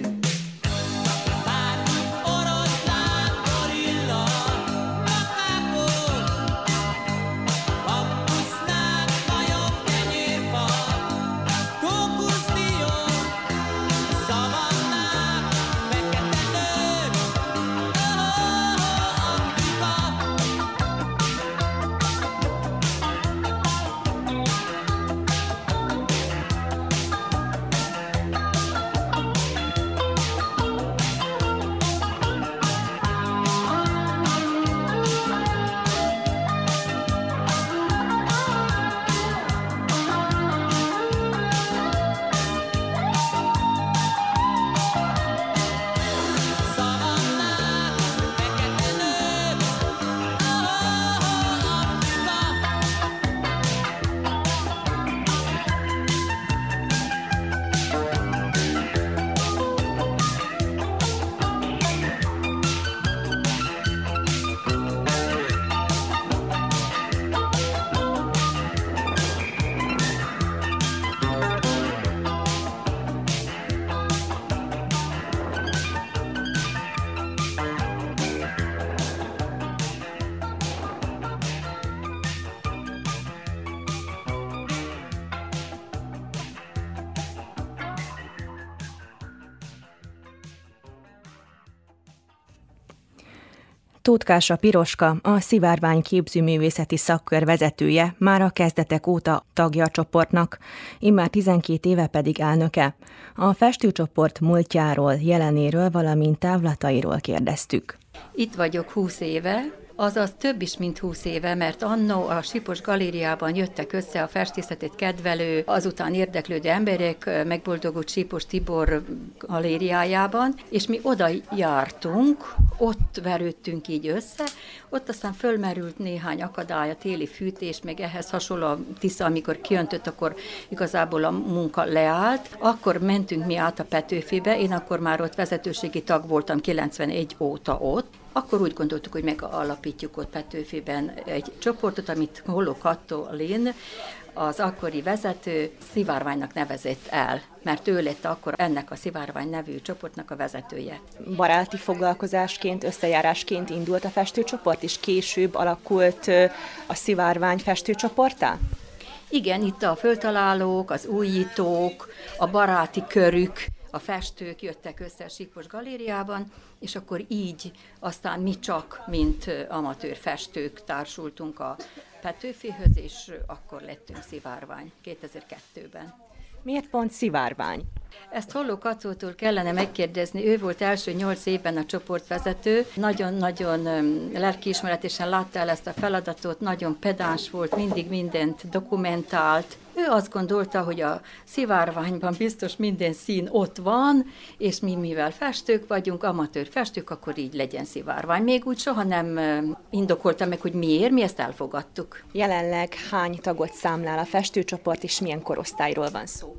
Tóth Kásra Piroska, a Szivárvány képzőművészeti szakkör vezetője, már a kezdetek óta tagja a csoportnak, immár 12 éve pedig elnöke. A festőcsoport múltjáról, jelenéről, valamint távlatairól kérdeztük. Itt vagyok 20 éve, azaz több is, mint 20 éve, mert annó a Sipos Galériában jöttek össze a festészetét kedvelő, azután érdeklődő emberek megboldogult Sipos Tibor galériájában, és mi oda jártunk, ott verődtünk így össze, ott aztán fölmerült néhány akadály, a téli fűtés, meg ehhez hasonló a Tisza, amikor kiöntött, akkor igazából a munka leállt. Akkor mentünk mi át a Petőfibe, én akkor már ott vezetőségi tag voltam 91 óta ott. Akkor úgy gondoltuk, hogy megalapítjuk ott Petőfiben egy csoportot, amit Holló Katalin, az akkori vezető Szivárványnak nevezett el, mert ő lett akkor ennek a Szivárvány nevű csoportnak a vezetője. Baráti foglalkozásként, összejárásként indult a festőcsoport, és később alakult a Szivárvány festőcsoporttá? Igen, itt a föltalálók, az újítók, a baráti körük, a festők jöttek össze a Sipos Galériában, és akkor így aztán mi csak, mint amatőr festők társultunk a Petőfihöz, és akkor lettünk Szivárvány 2002-ben. Miért pont Szivárvány? Ezt Holló Katótól kellene megkérdezni, ő volt első 8 évben a csoportvezető, nagyon-nagyon lelkiismeretesen látta el ezt a feladatot, nagyon pedáns volt, mindig mindent dokumentált. Ő azt gondolta, hogy a Szivárványban biztos minden szín ott van, és mi mivel festők vagyunk, amatőr festők, akkor így legyen Szivárvány. Még úgy soha nem indokolta meg, hogy miért, mi ezt elfogadtuk. Jelenleg hány tagot számlál a festőcsoport, és milyen korosztályról van szó?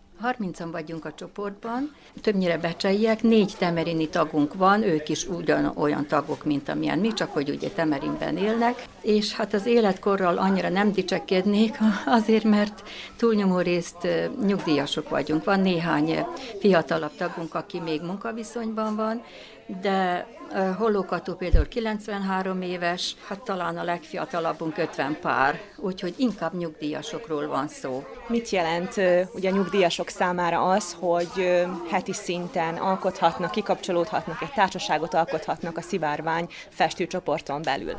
30-an vagyunk a csoportban, többnyire becseiek, 4 temerini tagunk van, ők is ugyanolyan tagok, mint amilyen mi, csak hogy ugye Temerinben élnek, és hát az életkorral annyira nem dicsekednék, azért, mert túlnyomó részt nyugdíjasok vagyunk. Van néhány fiatalabb tagunk, aki még munkaviszonyban van, de Holló Kató például 93 éves, hát talán a legfiatalabbunk 50 pár, úgyhogy inkább nyugdíjasokról van szó. Mit jelent ugye a nyugdíjasok számára az, hogy heti szinten alkothatnak, kikapcsolódhatnak, egy társaságot alkothatnak a Szivárvány festőcsoporton belül?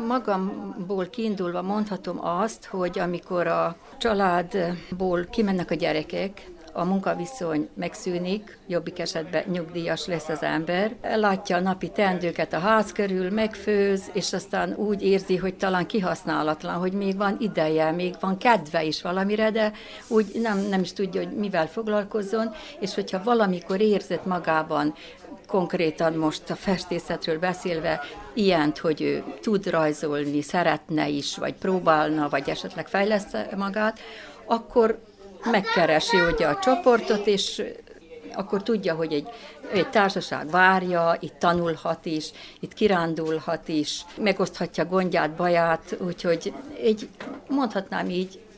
Magamból kiindulva mondhatom azt, hogy amikor a családból kimennek a gyerekek, a munkaviszony megszűnik, jobbik esetben nyugdíjas lesz az ember, látja a napi teendőket a ház körül, megfőz, és aztán úgy érzi, hogy talán kihasználatlan, hogy még van ideje, még van kedve is valamire, de úgy nem is tudja, hogy mivel foglalkozzon, és hogyha valamikor érzett magában, konkrétan most a festészetről beszélve, ilyent, hogy ő tud rajzolni, szeretne is, vagy próbálna, vagy esetleg fejleszt magát, akkor megkeresi ugye a csoportot, és akkor tudja, hogy egy társaság várja, itt tanulhat is, itt kirándulhat is, megoszthatja gondját, baját, úgyhogy mondhatnám így,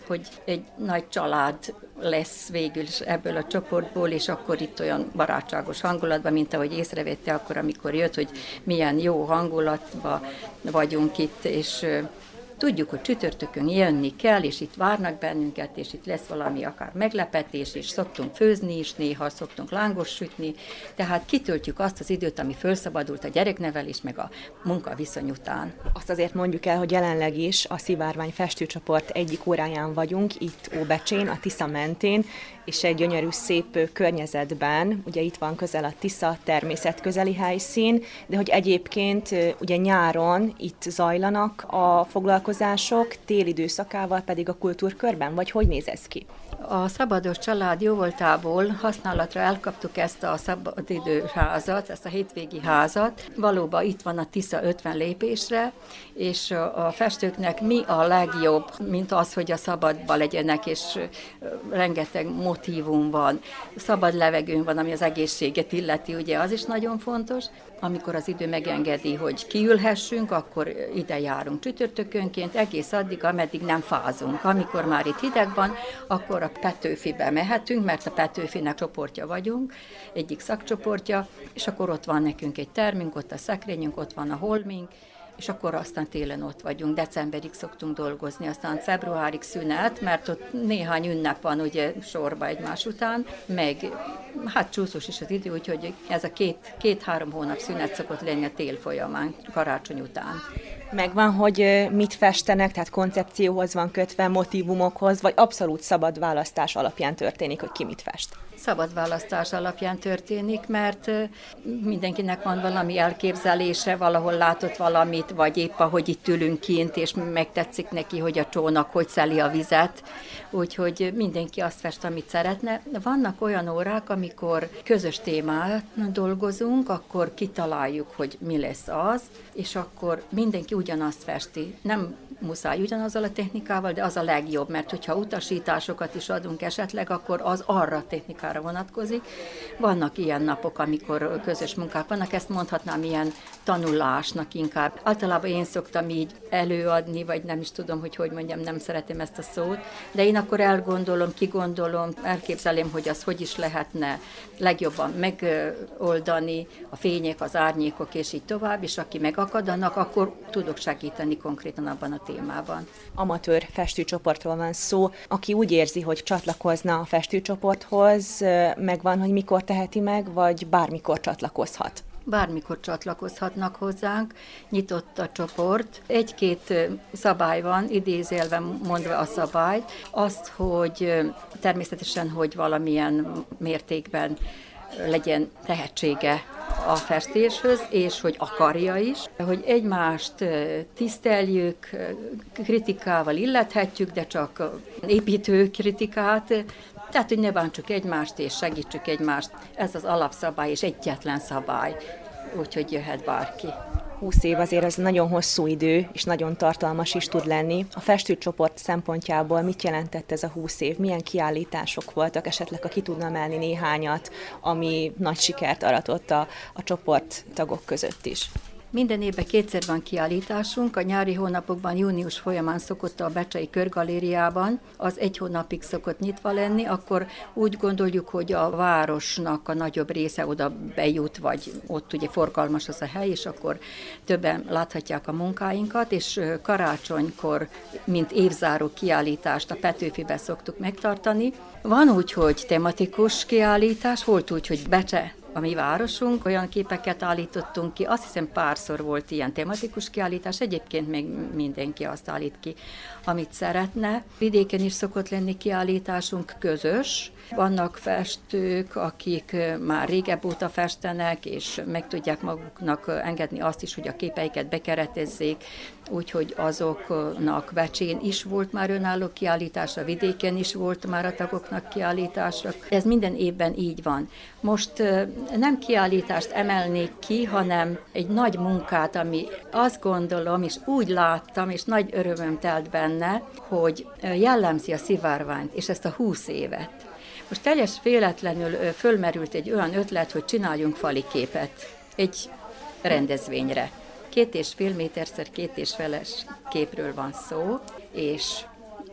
hogy egy nagy család lesz végül is ebből a csoportból, és akkor itt olyan barátságos hangulatban, mint ahogy észrevette akkor, amikor jött, hogy milyen jó hangulatban vagyunk itt, és tudjuk, hogy csütörtökön jönni kell, és itt várnak bennünket, és itt lesz valami akár meglepetés, és szoktunk főzni is néha, szoktunk lángos sütni, tehát kitöltjük azt az időt, ami felszabadult a gyereknevelés, meg a munkaviszony után. Azt azért mondjuk el, hogy jelenleg is a Szivárvány festőcsoport egyik óráján vagyunk, itt Óbecsén, a Tisza mentén, és egy gyönyörű, szép környezetben, ugye itt van közel a Tisza, természetközeli helyszín, de hogy egyébként ugye nyáron itt zajlanak a foglalkozások, téli időszakával pedig a kultúrkörben, vagy hogy néz ez ki? A szabados család jóvoltából használatra elkaptuk ezt a szabadidőházat, ezt a hétvégi házat. Valóban itt van a Tisza 50 lépésre, és a festőknek mi a legjobb, mint az, hogy a szabadba legyenek, és rengeteg motívum van. Szabad levegőn van, ami az egészséget illeti, ugye az is nagyon fontos. Amikor az idő megengedi, hogy kiülhessünk, akkor ide járunk csütörtökönként, egész addig, ameddig nem fázunk. Amikor már itt hideg van, akkor a Petőfibe mehetünk, mert a Petőfinek csoportja vagyunk, egyik szakcsoportja, és akkor ott van nekünk egy termünk, ott a szekrényünk, ott van a holmink, és akkor aztán télen ott vagyunk, decemberig szoktunk dolgozni, aztán februárig szünet, mert ott néhány ünnep van ugye sorba egymás után, meg hát csúszós is az idő, úgyhogy ez a két-három hónap szünet szokott lenni a tél folyamán, karácsony után. Megvan, hogy mit festenek, tehát koncepcióhoz van kötve, motívumokhoz, vagy abszolút szabad választás alapján történik, hogy ki mit fest? Szabad választás alapján történik, mert mindenkinek van valami elképzelése, valahol látott valamit, vagy épp ahogy itt ülünk kint, és megtetszik neki, hogy a csónak hogy szeli a vizet, úgyhogy mindenki azt fest, amit szeretne. Vannak olyan órák, amikor közös témát dolgozunk, akkor kitaláljuk, hogy mi lesz az, és akkor mindenki ugyanazt festi. Nem muszáj ugyanazzal a technikával, de az a legjobb, mert hogyha utasításokat is adunk esetleg, akkor az arra a technikára vonatkozik. Vannak ilyen napok, amikor közös munkák vannak, ezt mondhatnám ilyen tanulásnak inkább. Általában én szoktam így előadni, vagy nem is tudom, hogy mondjam, nem szeretem ezt a szót, de én akkor elgondolom, kigondolom, elképzelem, hogy az hogy is lehetne legjobban megoldani, a fények, az árnyékok, és így tovább, és aki megakadanak, akkor tudok segíteni konkrétan abban a témában. Amatőr festőcsoportról van szó, aki úgy érzi, hogy csatlakozna a festőcsoporthoz, megvan, hogy mikor teheti meg, vagy bármikor csatlakozhat? Bármikor csatlakozhatnak hozzánk, nyitott a csoport. Egy-két szabály van, idézélve mondva a szabályt, azt, hogy természetesen, hogy valamilyen mértékben legyen tehetsége a festéshez, és hogy akarja is, hogy egymást tiszteljük, kritikával illethetjük, de csak építő kritikát, tehát, hogy ne bántsuk egymást, és segítsük egymást. Ez az alapszabály, és egyetlen szabály, úgyhogy jöhet bárki. 20 év azért ez nagyon hosszú idő, és nagyon tartalmas is tud lenni. A festőcsoport szempontjából mit jelentett ez a 20 év? Milyen kiállítások voltak, esetleg ha ki tudna emelni néhányat, ami nagy sikert aratott a csoport tagok között is? Minden évben kétszer van kiállításunk, a nyári hónapokban június folyamán szokott a Becsei Körgalériában, az egy hónapig szokott nyitva lenni, akkor úgy gondoljuk, hogy a városnak a nagyobb része oda bejut, vagy ott ugye forgalmas az a hely, és akkor többen láthatják a munkáinkat, és karácsonykor, mint évzáró kiállítást a Petőfibe szoktuk megtartani. Van úgy, hogy tematikus kiállítás, volt úgy, hogy Becse, a mi városunk, olyan képeket állítottunk ki, azt hiszem párszor volt ilyen tematikus kiállítás, egyébként még mindenki azt állít ki, amit szeretne. Vidéken is szokott lenni kiállításunk közös. Vannak festők, akik már régebb óta festenek, és meg tudják maguknak engedni azt is, hogy a képeiket bekeretezzék, úgyhogy azoknak Becsén is volt már önálló kiállítása, vidéken is volt már a tagoknak kiállítása. Ez minden évben így van. Most nem kiállítást emelnék ki, hanem egy nagy munkát, ami azt gondolom, és úgy láttam, és nagy örömöm telt benne, hogy jellemzi a Szivárványt, és ezt a 20 évet. Most teljes véletlenül fölmerült egy olyan ötlet, hogy csináljunk fali képet egy rendezvényre. 2,5 méter x 2,5 képről van szó, és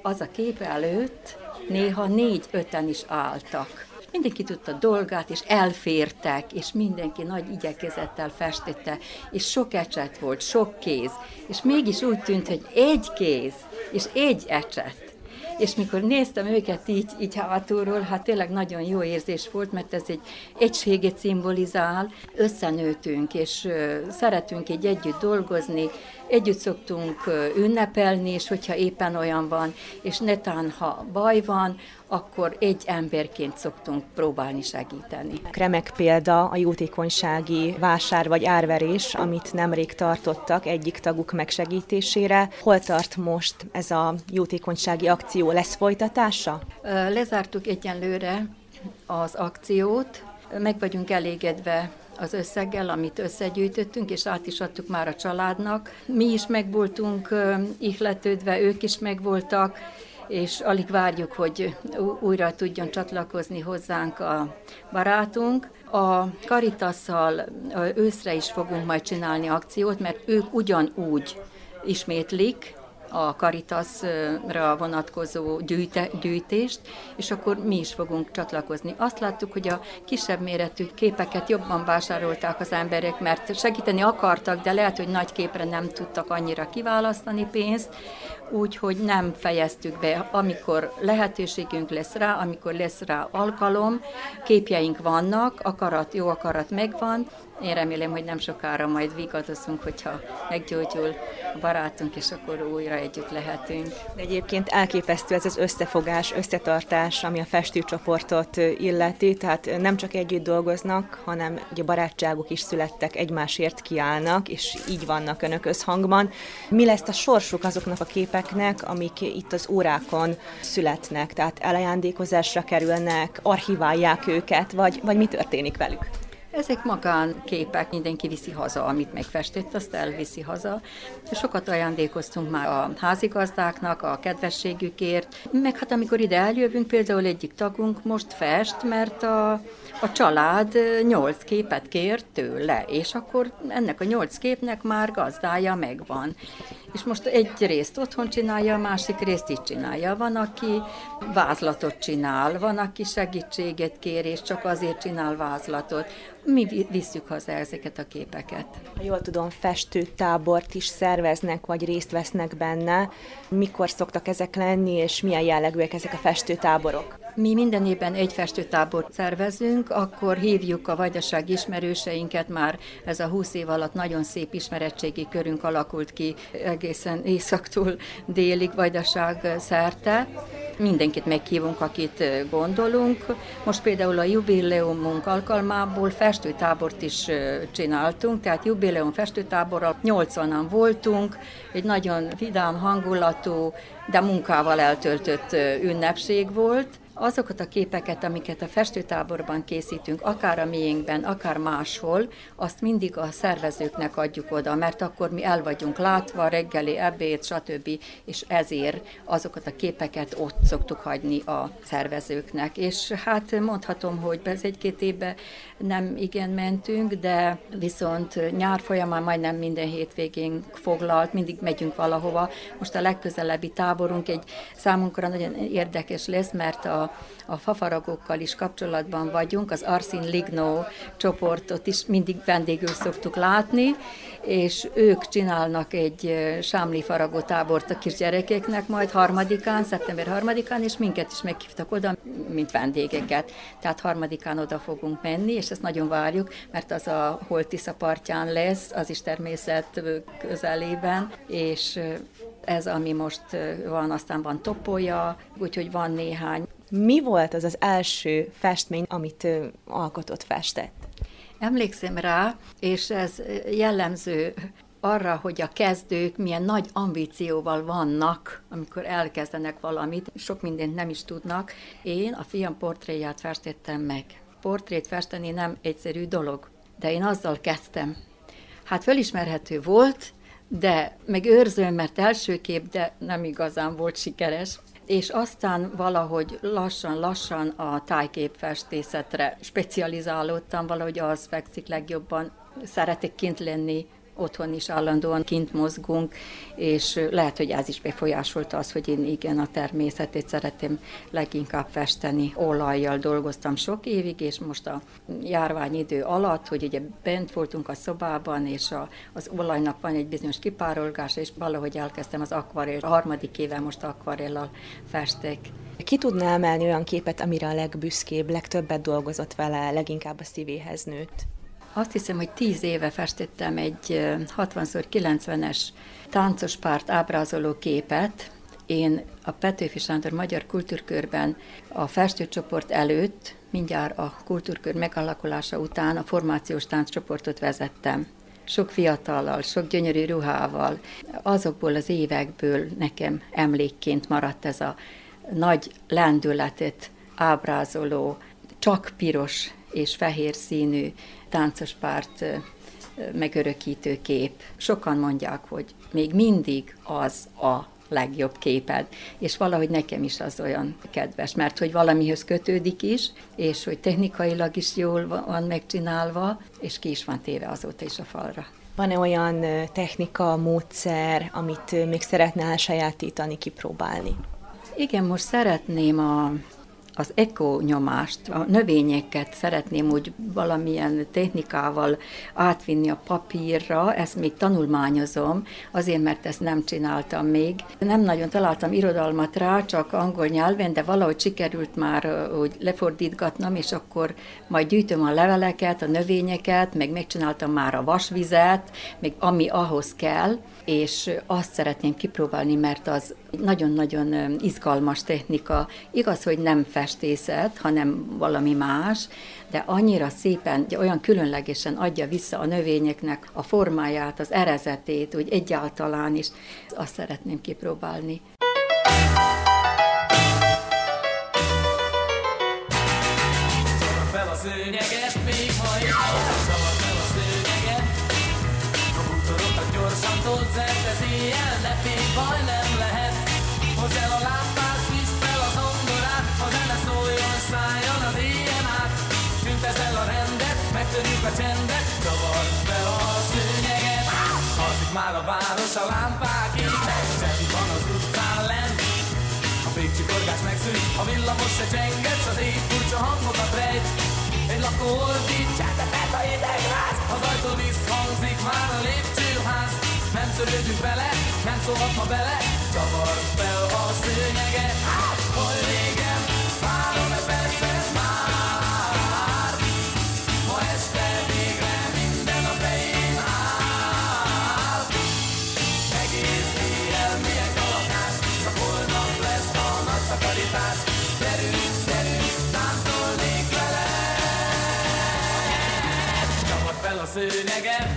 az a kép előtt néha 4-5-en is álltak. Mindenki tudta dolgát, és elfértek, és mindenki nagy igyekezettel festette, és sok ecset volt, sok kéz, és mégis úgy tűnt, hogy egy kéz, és egy ecset. És mikor néztem őket így hátulról, hát tényleg nagyon jó érzés volt, mert ez egy egységet szimbolizál, összenőtünk, és szeretünk így együtt dolgozni, együtt szoktunk ünnepelni, és hogyha éppen olyan van, és netán, ha baj van, akkor egy emberként szoktunk próbálni segíteni. Remek példa a jótékonysági vásár vagy árverés, amit nemrég tartottak egyik taguk megsegítésére. Hol tart most ez a jótékonysági akció? Lesz folytatása? Lezártuk egyenlőre az akciót, meg vagyunk elégedve az összeggel, amit összegyűjtöttünk, és át is adtuk már a családnak. Mi is megvoltunk ihletődve, ők is megvoltak, és alig várjuk, hogy újra tudjon csatlakozni hozzánk a barátunk. A Caritasszal őszre is fogunk majd csinálni akciót, mert ők ugyanúgy ismétlik a Caritasra vonatkozó gyűjtést, és akkor mi is fogunk csatlakozni. Azt láttuk, hogy a kisebb méretű képeket jobban vásárolták az emberek, mert segíteni akartak, de lehet, hogy nagy képre nem tudtak annyira kiválasztani pénzt, úgyhogy nem fejeztük be, amikor lehetőségünk lesz rá, amikor lesz rá alkalom, képjeink vannak, jó akarat megvan. Én remélem, hogy nem sokára majd vigadozunk, hogyha meggyógyul a barátunk, és akkor újra együtt lehetünk. De egyébként elképesztő ez az összefogás, összetartás, ami a festőcsoportot illeti, tehát nem csak együtt dolgoznak, hanem ugye barátságok is születtek, egymásért kiállnak, és így vannak önök összhangban. Mi lesz a sorsuk azoknak a képeknek, amik itt az órákon születnek, tehát elajándékozásra kerülnek, archiválják őket, vagy mi történik velük? Ezek magánképek, mindenki viszi haza, amit megfestett, azt elviszi haza. Sokat ajándékoztunk már a házigazdáknak, a kedvességükért, meg hát amikor ide eljövünk, például egyik tagunk most fest, mert a család 8 képet kért tőle, és akkor ennek a 8 képnek már gazdája megvan. És most egy részt otthon csinálja, a másik részt itt csinálja. Van, aki vázlatot csinál, van, aki segítséget kér, és csak azért csinál vázlatot. Mi visszük haza ezeket a képeket. Ha jól tudom, festőtábort is szerveznek, vagy részt vesznek benne. Mikor szoktak ezek lenni, és milyen jellegűek ezek a festőtáborok? Mi minden évben egy festőtábort szervezünk, akkor hívjuk a vajdaság ismerőseinket, már ez a 20 év alatt nagyon szép ismeretségi körünk alakult ki egészen északtól délig Vajdaság szerte. Mindenkit meghívunk, akit gondolunk. Most például a jubileumunk alkalmából festőtábort is csináltunk, tehát jubileum festőtáborral 80-an voltunk, egy nagyon vidám hangulatú, de munkával eltöltött ünnepség volt. Azokat a képeket, amiket a festőtáborban készítünk, akár a miénkben, akár máshol, azt mindig a szervezőknek adjuk oda, mert akkor mi el vagyunk látva, reggeli, ebéd, stb. És ezért azokat a képeket ott szoktuk hagyni a szervezőknek. És hát mondhatom, hogy ez 1-2 évben nem igen mentünk, de viszont nyár folyamán majdnem minden hétvégén foglalt, mindig megyünk valahova. Most a legközelebbi táborunk egy számunkra nagyon érdekes lesz, mert a fafaragókkal is kapcsolatban vagyunk, az Arsin Lignó csoportot is mindig vendégül szoktuk látni, és ők csinálnak egy sámli faragó tábort a kisgyerekeknek majd szeptember 3-án, és minket is meghívtak oda, mint vendégeket. Tehát 3-án oda fogunk menni, és ezt nagyon várjuk, mert az a Holt-Tisza partján lesz, az is természet közelében, és ez, ami most van, aztán van Topolya, úgyhogy van néhány. Mi volt az első festmény, amit alkotott, festett? Emlékszem rá, és ez jellemző arra, hogy a kezdők milyen nagy ambícióval vannak, amikor elkezdenek valamit, sok mindent nem is tudnak. Én a fiam portréját festettem meg. Portrét festeni nem egyszerű dolog, de én azzal kezdtem. Hát felismerhető volt, de meg őrzöm, mert első kép, de nem igazán volt sikeres. És aztán valahogy lassan a tájképfestészetre specializálódtam, valahogy az fekszik legjobban. Szeretek kint lenni, otthon is állandóan kint mozgunk, és lehet, hogy ez is befolyásolta az, hogy én igen a természetét szeretem leginkább festeni. Olajjal dolgoztam sok évig, és most a járványidő alatt, hogy ugye bent voltunk a szobában, és az olajnak van egy bizonyos kipárolgása, és valahogy elkezdtem az akvarell. A 3. éve most akvarellal festek. Ki tudná emelni olyan képet, amire a legbüszkébb, legtöbbet dolgozott vele, leginkább a szívéhez nőtt? Azt hiszem, hogy 10 éve festettem egy 60x90-es táncos párt ábrázoló képet. Én a Petőfi Sándor Magyar Kultúrkörben a festőcsoport előtt, mindjárt a kultúrkör megalakulása után a formációs tánccsoportot vezettem. Sok fiatallal, sok gyönyörű ruhával. Azokból az évekből nekem emlékként maradt ez a nagy lendületet ábrázoló, csak piros és fehér színű táncos párt megörökítő kép. Sokan mondják, hogy még mindig az a legjobb képed, és valahogy nekem is az olyan kedves, mert hogy valamihez kötődik is, és hogy technikailag is jól van megcsinálva, és ki is van téve azóta is a falra. Van-e olyan technika, módszer, amit még szeretne elsajátítani, kipróbálni? Igen, most szeretném az eko nyomást, a növényeket szeretném úgy valamilyen technikával átvinni a papírra, ezt még tanulmányozom, azért, mert ezt nem csináltam még. Nem nagyon találtam irodalmat rá, csak angol nyelven, de valahogy sikerült már úgy lefordítgatnom, és akkor majd gyűjtöm a leveleket, a növényeket, meg megcsináltam már a vasvizet, meg ami ahhoz kell, és azt szeretném kipróbálni, mert az nagyon-nagyon izgalmas technika. Igaz, hogy nem festészet, hanem valami más, de annyira szépen, olyan különlegesen adja vissza a növényeknek a formáját, az erezetét, úgy egyáltalán is. Azt szeretném kipróbálni. Szabad fel a szőnyeget, még ma éjjel, szabad fel a szőnyeget. A bútorokat gyorsan told szerte széjjel, ne félj, baj nem lehet. Hozz el a lámpát, viszd fel a zongorát, a zene szóljon, szálljon az éjjel át. Tüntesd el a rendet, megtörjük a csendet, csavard fel a szőnyeget. Alszik már a város, a lámpák égnek, semmi van az utcán lent. A fékcsikorgás megszűnt, a villamos se csenget, s az éj furcsa hangokat rejt. Egy lakó ordít, csendetet a idegráz, az ajtó visszhangzik már a lépcsőház. Nem törődünk vele, nem szólhat ma bele, csavard fel a szőnyeget. Hol régen, várom egy percet már, ma este végre minden a fején áll. Egész éjjel milyen kalapás, csak holnap lesz a nagy takarítás. Gyerünk, gyerünk, táncolnék vele, csavard fel a szőnyeget.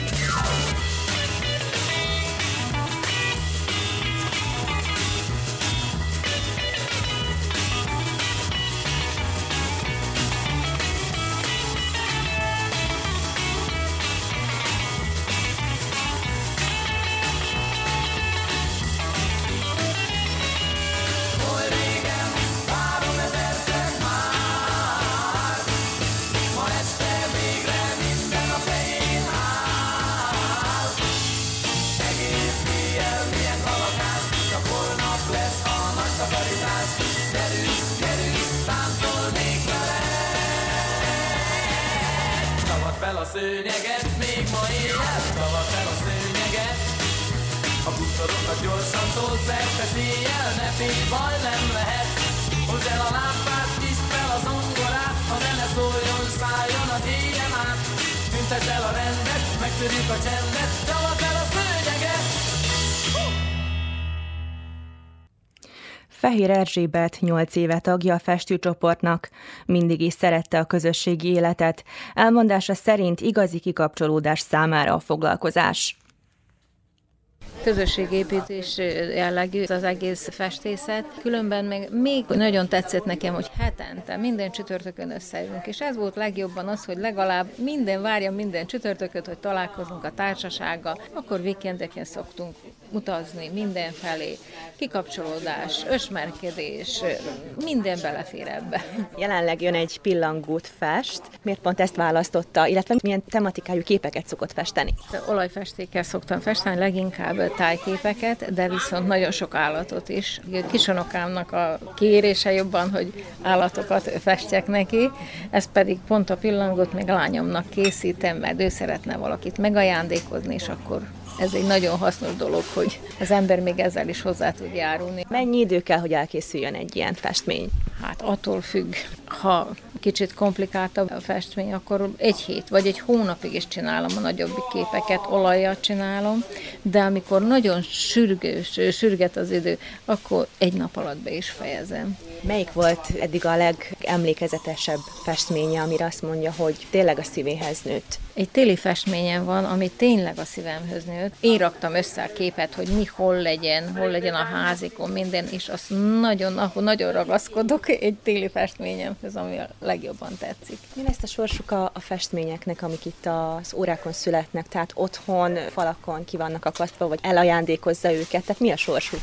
A szőnyeget, még ma éjjel, csavard fel a szőnyeget. A bútorokat gyorsan told szerte széjjel, ne félj, baj nem lehet. Hozz el a lámpát, viszd fel a zongorát, a zene szóljon, szálljon az éjjel át. Tüntesd el a rendet, megtörjük a csendet, csavard fel a szőnyeget. Fehér Erzsébet 8 éve tagja a festőcsoportnak, mindig is szerette a közösségi életet, elmondása szerint igazi kikapcsolódás számára a foglalkozás. közösségépítés jellegű az egész festészet. Különben még nagyon tetszett nekem, hogy hetente, minden csütörtökön összejövünk, és ez volt legjobban az, hogy legalább várja minden csütörtököt, hogy találkozunk a társasággal, akkor víkendeken szoktunk utazni mindenfelé, kikapcsolódás, ösmerkedés, minden belefér ebbe. Jelenleg jön egy pillangót fest. Miért pont ezt választotta, illetve milyen tematikájú képeket szokott festeni? Olajfestékkel szoktam festeni, leginkább tájképeket, de viszont nagyon sok állatot is. Kisonokámnak a kérése jobban, hogy állatokat festjek neki, ez pedig pont a pillangót még lányomnak készítem, mert ő szeretne valakit megajándékozni, és akkor ez egy nagyon hasznos dolog, hogy az ember még ezzel is hozzá tud járulni. Mennyi idő kell, hogy elkészüljön egy ilyen festmény? Hát attól függ, ha kicsit komplikáltabb a festmény, akkor egy hét vagy egy hónapig is csinálom a nagyobbik képeket, olajjal csinálom, de amikor nagyon sürget az idő, akkor egy nap alatt be is fejezem. Melyik volt eddig a legemlékezetesebb festménye, amire azt mondja, hogy tényleg a szívéhez nőtt? Egy téli festményem van, ami tényleg a szívemhöz nőtt. Én raktam össze a képet, hogy mi hol legyen a házikon, minden, és azt nagyon ragaszkodok egy téli festményemhez, ami a legjobban tetszik. Mi lesz a sorsuk a festményeknek, amik itt az órákon születnek? Tehát otthon, falakon ki vannak akasztva, vagy elajándékozza őket? Tehát mi a sorsuk?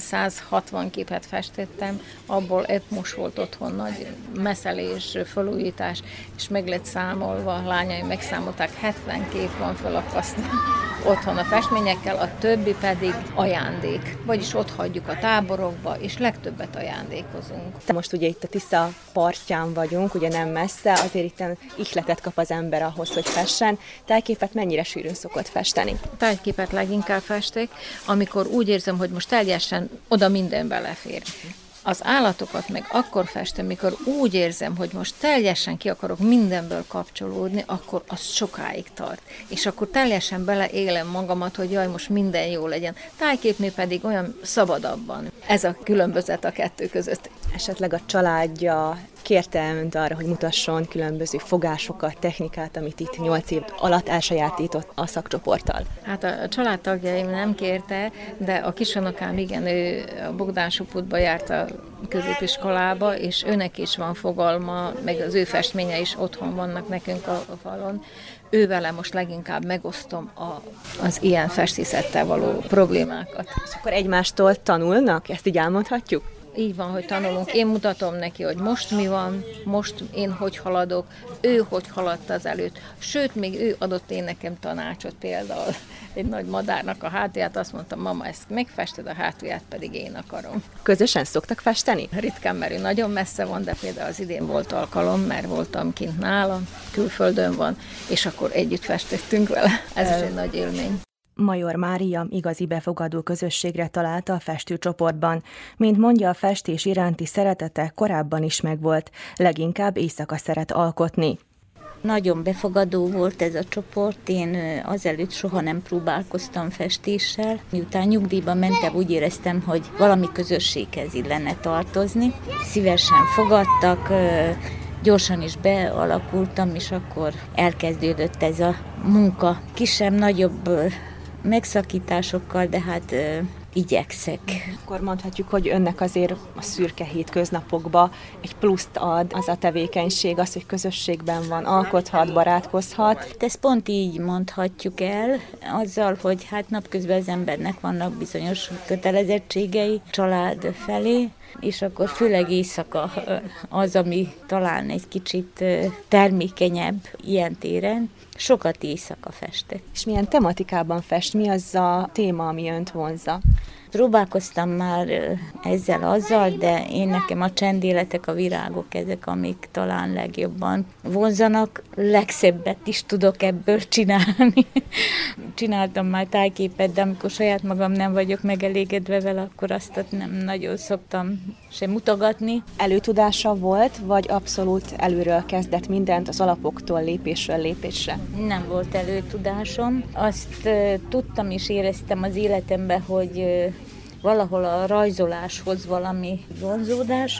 360 képet festettem, abból most volt otthon nagy messzelés, felújítás, és meg lett számolva, a lányaim megszámolták, 70 kép van felakasztva otthon a festményekkel, a többi pedig ajándék. Vagyis ott hagyjuk a táborokba, és legtöbbet ajándékozunk. Most ugye itt a Tisza partján vagyunk, ugye nem messze, azért itt ihletet kap az ember ahhoz, hogy fessen. Tájképet mennyire sűrűn szokott festeni? Tájképet leginkább festék, amikor úgy érzem, hogy most teljesen oda minden belefér. Az állatokat meg akkor festem, mikor úgy érzem, hogy most teljesen ki akarok mindenből kapcsolódni, akkor az sokáig tart. És akkor teljesen beleélem magamat, hogy jaj, most minden jó legyen. Tájképnél pedig olyan szabadabban. Ez a különbözet a kettő között. Esetleg a családja kérte önt arra, hogy mutasson különböző fogásokat, technikát, amit itt 8 év alatt elsajátított a szakcsoporttal? Hát a családtagjaim nem kérte, de a kisunokám igen, ő a Bogdán-Sopotba járt a középiskolába, és őnek is van fogalma, meg az ő festménye is otthon vannak nekünk a falon. Ővele most leginkább megosztom az ilyen festészettel való problémákat. És akkor egymástól tanulnak? Ezt így elmondhatjuk? Így van, hogy tanulunk. Én mutatom neki, hogy most mi van, most én hogy haladok, ő hogy haladt az előtt. Sőt, még ő adott én nekem tanácsot, például egy nagy madárnak a hátulját, azt mondtam, mama, ezt megfested, a hátulját pedig én akarom. Közösen szoktak festeni? Ritkán, mert ő nagyon messze van, de például az idén volt alkalom, mert voltam kint nála, külföldön van, és akkor együtt festettünk vele. Ez is egy nagy élmény. Major Mária igazi befogadó közösségre találta a festőcsoportban. Mint mondja, a festés iránti szeretete korábban is megvolt, leginkább éjszaka szeret alkotni. Nagyon befogadó volt ez a csoport, én azelőtt soha nem próbálkoztam festéssel. Miután nyugdíjba mentem, úgy éreztem, hogy valami közösséghez illene tartozni. Szívesen fogadtak, gyorsan is bealakultam, és akkor elkezdődött ez a munka. Kisebb-nagyobb megszakításokkal, de hát igyekszek. Akkor mondhatjuk, hogy önnek azért a szürke hétköznapokba egy pluszt ad az a tevékenység, az, hogy közösségben van, alkothat, barátkozhat. Ezt pont így mondhatjuk el, azzal, hogy hát napközben az embernek vannak bizonyos kötelezettségei család felé, és akkor főleg éjszaka az, ami talán egy kicsit termékenyebb ilyen téren, sokat éjszaka festek. És milyen tematikában fest? Mi az a téma, ami önt vonzza? Próbálkoztam már ezzel-azzal, de nekem a csendéletek, a virágok ezek, amik talán legjobban vonzanak. Legszebbet is tudok ebből csinálni. Csináltam már tájképet, de amikor saját magam nem vagyok megelégedve vele, akkor azt nem nagyon szoktam sem mutogatni. Előtudása volt, vagy abszolút előről kezdett mindent az alapoktól lépésről lépésre? Nem volt előtudásom. Azt tudtam és éreztem az életemben, hogy valahol a rajzoláshoz valami vonzódásom.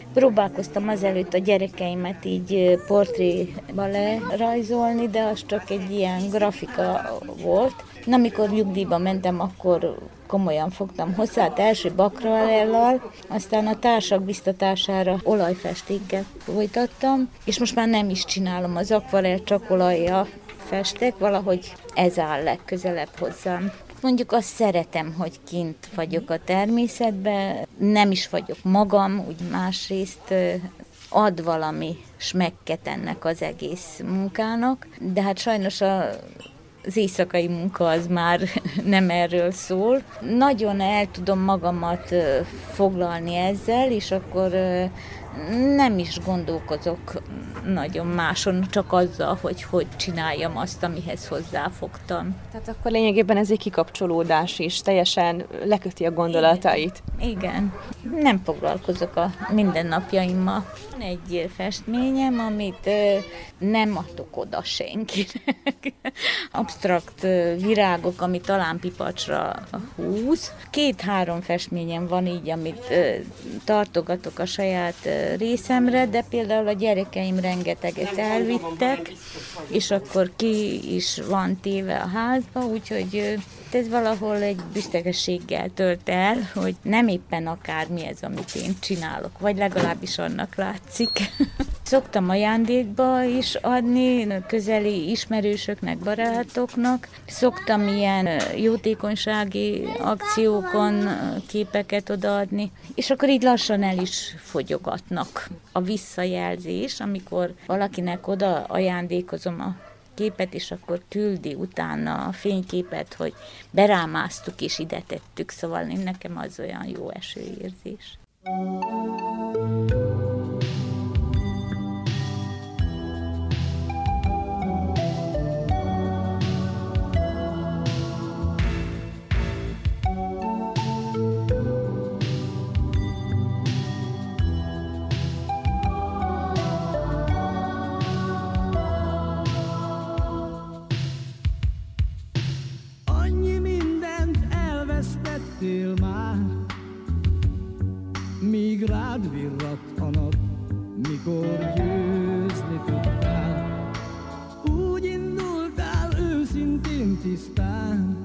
Próbálkoztam azelőtt a gyerekeimet így portréba lerajzolni, de az csak egy ilyen grafika volt. Na, amikor nyugdíjba mentem, akkor komolyan fogtam hozzá, hát első akvarellal, aztán a társak biztatására olajfestékkel folytattam, és most már nem is csinálom az akvarell, csak olajjal festek, valahogy ez áll legközelebb hozzám. Mondjuk azt szeretem, hogy kint vagyok a természetben, nem is vagyok magam, úgy másrészt ad valami smekket ennek az egész munkának, de hát sajnos az éjszakai munka az már nem erről szól. Nagyon el tudom magamat foglalni ezzel, és akkor nem is gondolkozok nagyon máson, csak azzal, hogy csináljam azt, amihez hozzáfogtam. Tehát akkor lényegében ez egy kikapcsolódás is, teljesen leköti a gondolatait. Igen. Nem foglalkozok a mindennapjaimmal. Van egy festményem, amit nem adok oda senkinek. Absztrakt virágok, ami talán pipacsra húz. 2-3 festményem van így, amit tartogatok a saját részemre, de például a gyerekeim rengeteget elvittek, és akkor ki is van téve a házba, úgyhogy ez valahol egy büszkeséggel tölt el, hogy nem éppen akármi ez, amit én csinálok, vagy legalábbis annak látszik. Szoktam ajándékba is adni, közeli ismerősöknek, barátoknak. Szoktam ilyen jótékonysági akciókon képeket odaadni, és akkor így lassan el is fogyogatnak a visszajelzés, amikor valakinek oda ajándékozom a képet, és akkor küldi utána a fényképet, hogy berámáztuk és ide tettük, szóval nekem az olyan jó esőérzés. Míg rád virradt a nap, mikor győzni tudtál. Úgy indultál őszintén tisztán,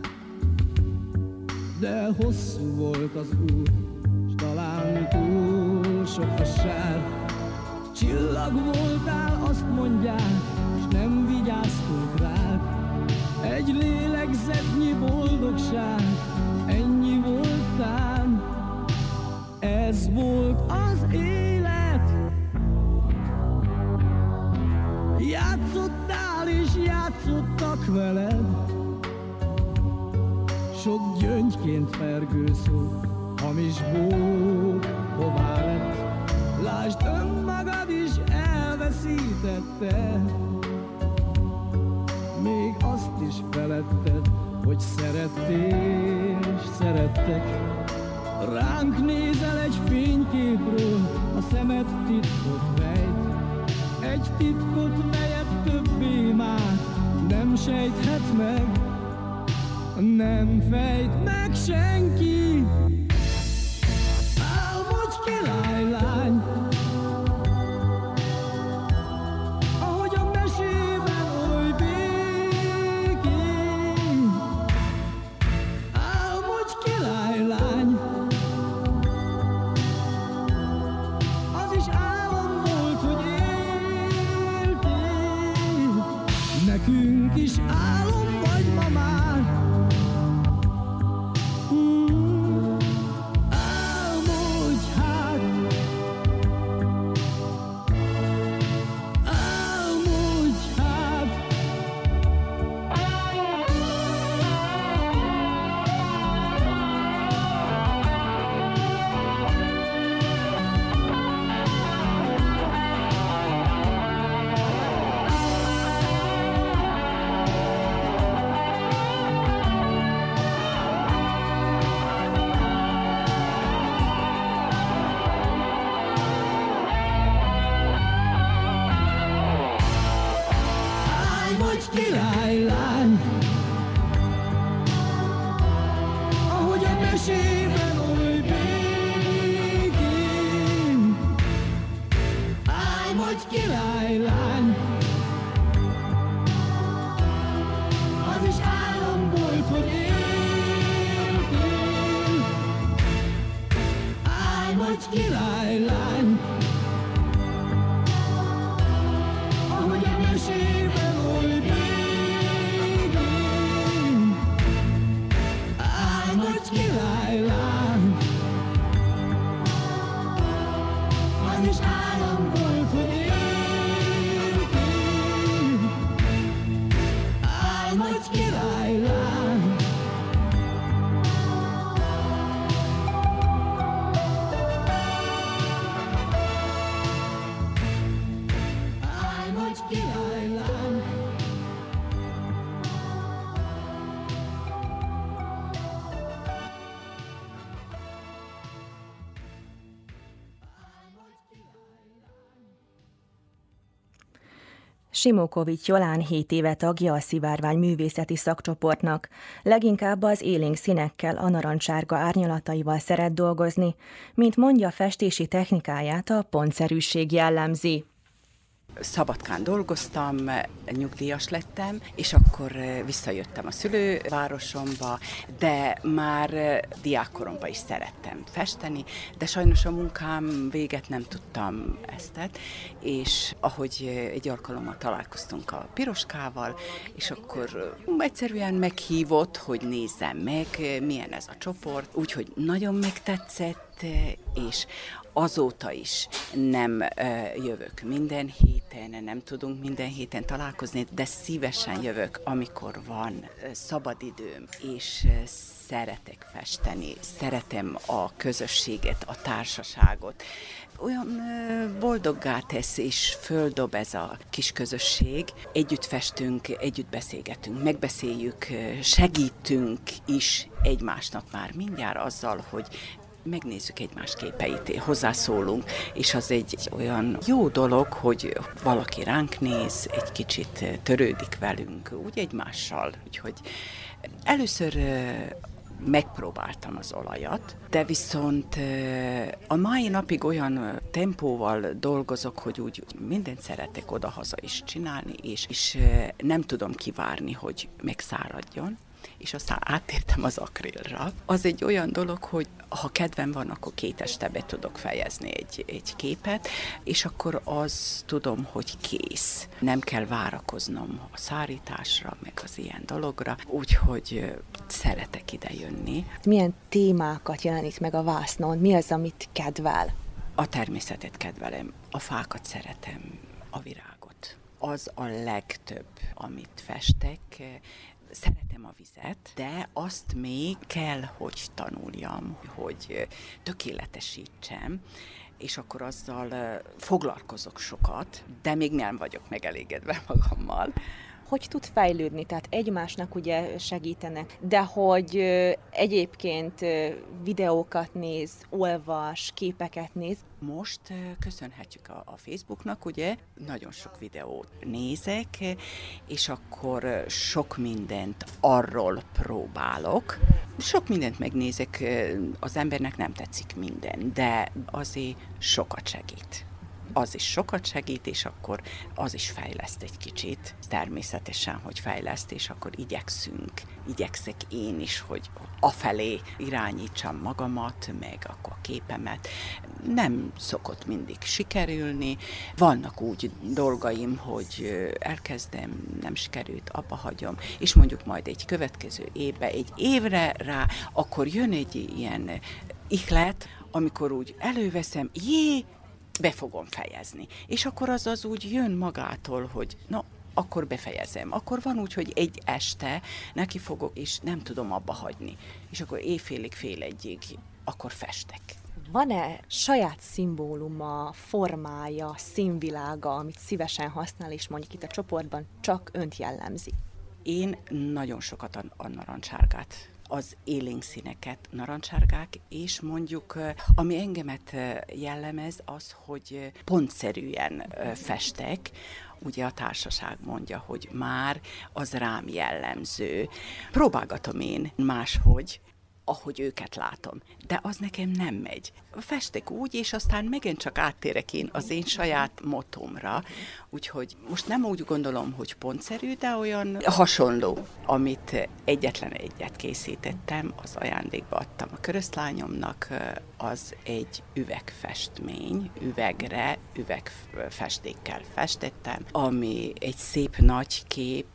de hosszú volt az út, s talán túl sok a sár. Csillag voltál, azt mondják, s nem vigyáztunk rád. Egy lélegzetnyi boldogság, ennyi voltál. Ez volt az élet. Játszottál és játszottak veled. Sok gyöngyként fergő szó, hamis bók, hová lett. Lásd, önmagad is elveszítette. Még azt is feledted, hogy szerettél és szerettek. Ránk nézel egy fényképről, a szemed titkot rejt. Egy titkot, melyet többé már nem sejthet meg. Nem fejt meg senki. Álmodj, királylány, ahogy a mesében oly békén. Álmodj, királylány, az is álom volt, hogy éltél. Nekünk is álom vagy ma már. Álmodj hát, Álmodj királyláng. Álmodj királyláng. Simókovics Jolán 7 éve tagja a Szivárvány művészeti szakcsoportnak. Leginkább az élénk színekkel, a narancsárga árnyalataival szeret dolgozni, mint mondja, festési technikáját a pontszerűség jellemzi. Szabadkán dolgoztam, nyugdíjas lettem, és akkor visszajöttem a szülővárosomba, de már diákkoromban is szerettem festeni, de sajnos a munkám véget nem tudtam eztet, és ahogy egy alkalommal találkoztunk a Piroskával, és akkor egyszerűen meghívott, hogy nézzem meg, milyen ez a csoport, úgyhogy nagyon megtetszett, és azóta is nem jövök minden héten, nem tudunk minden héten találkozni, de szívesen jövök, amikor van szabadidőm, és szeretek festeni, szeretem a közösséget, a társaságot. Olyan boldoggá tesz és földob ez a kis közösség. Együtt festünk, együtt beszélgetünk, megbeszéljük, segítünk is egymásnak már mindjárt azzal, hogy megnézzük egymás képeit, hozzászólunk, és az egy olyan jó dolog, hogy valaki ránk néz, egy kicsit törődik velünk, úgy egymással. Úgyhogy először megpróbáltam az olajat, de viszont a mai napig olyan tempóval dolgozok, hogy úgy mindent szeretek odahaza is csinálni, és nem tudom kivárni, hogy megszáradjon. És aztán áttértem az akrilra. Az egy olyan dolog, hogy ha kedvem van, akkor 2 este be tudok fejezni egy képet, és akkor az tudom, hogy kész. Nem kell várakoznom a szárításra, meg az ilyen dologra, úgyhogy szeretek ide jönni. Milyen témákat jelenít meg a vásznon? Mi az, amit kedvel? A természetet kedvelem, a fákat szeretem, a virágot. Az a legtöbb, amit festek. Szeretem a vizet, de azt még kell, hogy tanuljam, hogy tökéletesítsem, és akkor azzal foglalkozok sokat, de még nem vagyok megelégedve magammal. Hogy tud fejlődni? Tehát egymásnak ugye segítenek, de hogy egyébként videókat néz, olvas, képeket néz. Most köszönhetjük a Facebooknak, ugye, nagyon sok videót nézek, és akkor sok mindent arról próbálok. Sok mindent megnézek, az embernek nem tetszik minden, de azért sokat segít. Az is sokat segít, és akkor az is fejleszt egy kicsit. Természetesen, hogy fejleszt, és akkor igyekszek én is, hogy afelé irányítsam magamat, meg akkor a képemet. Nem szokott mindig sikerülni. Vannak úgy dolgaim, hogy elkezdem, nem sikerült, abba hagyom, és mondjuk majd egy következő évben, egy évre rá, akkor jön egy ilyen ihlet, amikor úgy előveszem, be fogom fejezni. És akkor az úgy jön magától, hogy akkor befejezem. Akkor van úgy, hogy egy este neki fogok, és nem tudom abba hagyni. És akkor éjfélig, fél egyig, akkor festek. Van-e saját szimbóluma, formája, színvilága, amit szívesen használ, és mondjuk itt a csoportban csak önt jellemzi? Én nagyon sokat a narancsárgát, az élénk színeket, narancsárgák, és mondjuk, ami engemet jellemez, az, hogy pontszerűen festek. Ugye a társaság mondja, hogy már az rám jellemző. Próbálgatom én máshogy, ahogy őket látom, de az nekem nem megy. Festek úgy, és aztán megint csak áttérek én az én saját motomra, úgyhogy most nem úgy gondolom, hogy pontszerű, de olyan hasonló, amit egyetlen egyet készítettem, az ajándékba adtam a köröszlányomnak, az egy üvegfestmény, üvegre, üvegfestékkel festettem, ami egy szép nagy kép,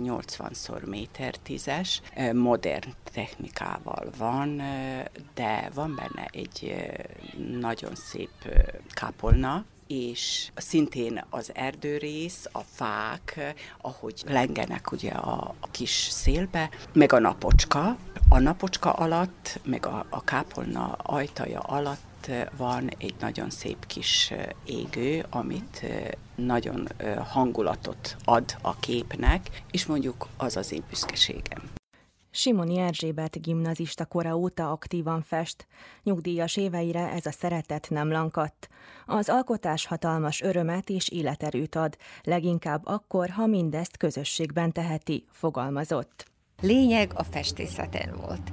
80x méter 10-es, modern technikával van, de van benne egy nagyon szép kápolna, és szintén az erdőrész, a fák, ahogy lengenek ugye a kis szélbe, meg a napocska. A napocska alatt, meg a kápolna ajtaja alatt van egy nagyon szép kis égő, amit nagyon hangulatot ad a képnek, és mondjuk az az én büszkeségem. Simoni Erzsébet gimnazista kora óta aktívan fest. Nyugdíjas éveire ez a szeretet nem lankadt. Az alkotás hatalmas örömet és életerőt ad, leginkább akkor, ha mindezt közösségben teheti, fogalmazott. Lényeg a festészeten volt.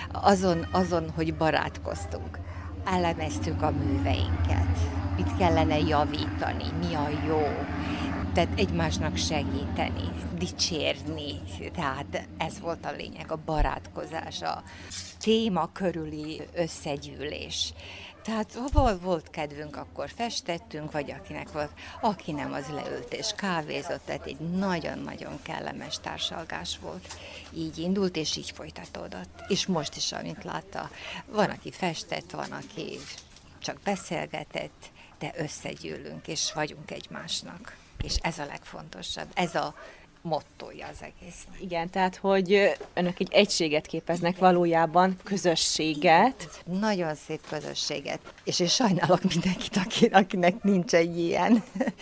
Azon, hogy barátkoztunk. Elemeztük a műveinket. Mit kellene javítani, mi a jó. Tehát egymásnak segíteni, dicsérni. Tehát ez volt a lényeg, a barátkozás, a téma körüli összegyűlés. Tehát ha volt kedvünk, akkor festettünk, vagy akinek volt, aki nem, az leült és kávézott, tehát egy nagyon-nagyon kellemes társalgás volt. Így indult, és így folytatódott. És most is, amint látta, van, aki festett, van, aki csak beszélgetett, de összegyűlünk, és vagyunk egymásnak. És ez a legfontosabb, ez a mottója az egésznek. Igen, tehát, hogy önök egy egységet képeznek valójában, közösséget. Nagyon szép közösséget, és én sajnálok mindenkit, akinek nincs egy ilyen.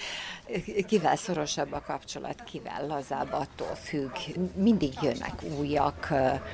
Kivel szorosabb a kapcsolat, kivel lazább, attól függ. Mindig jönnek újak.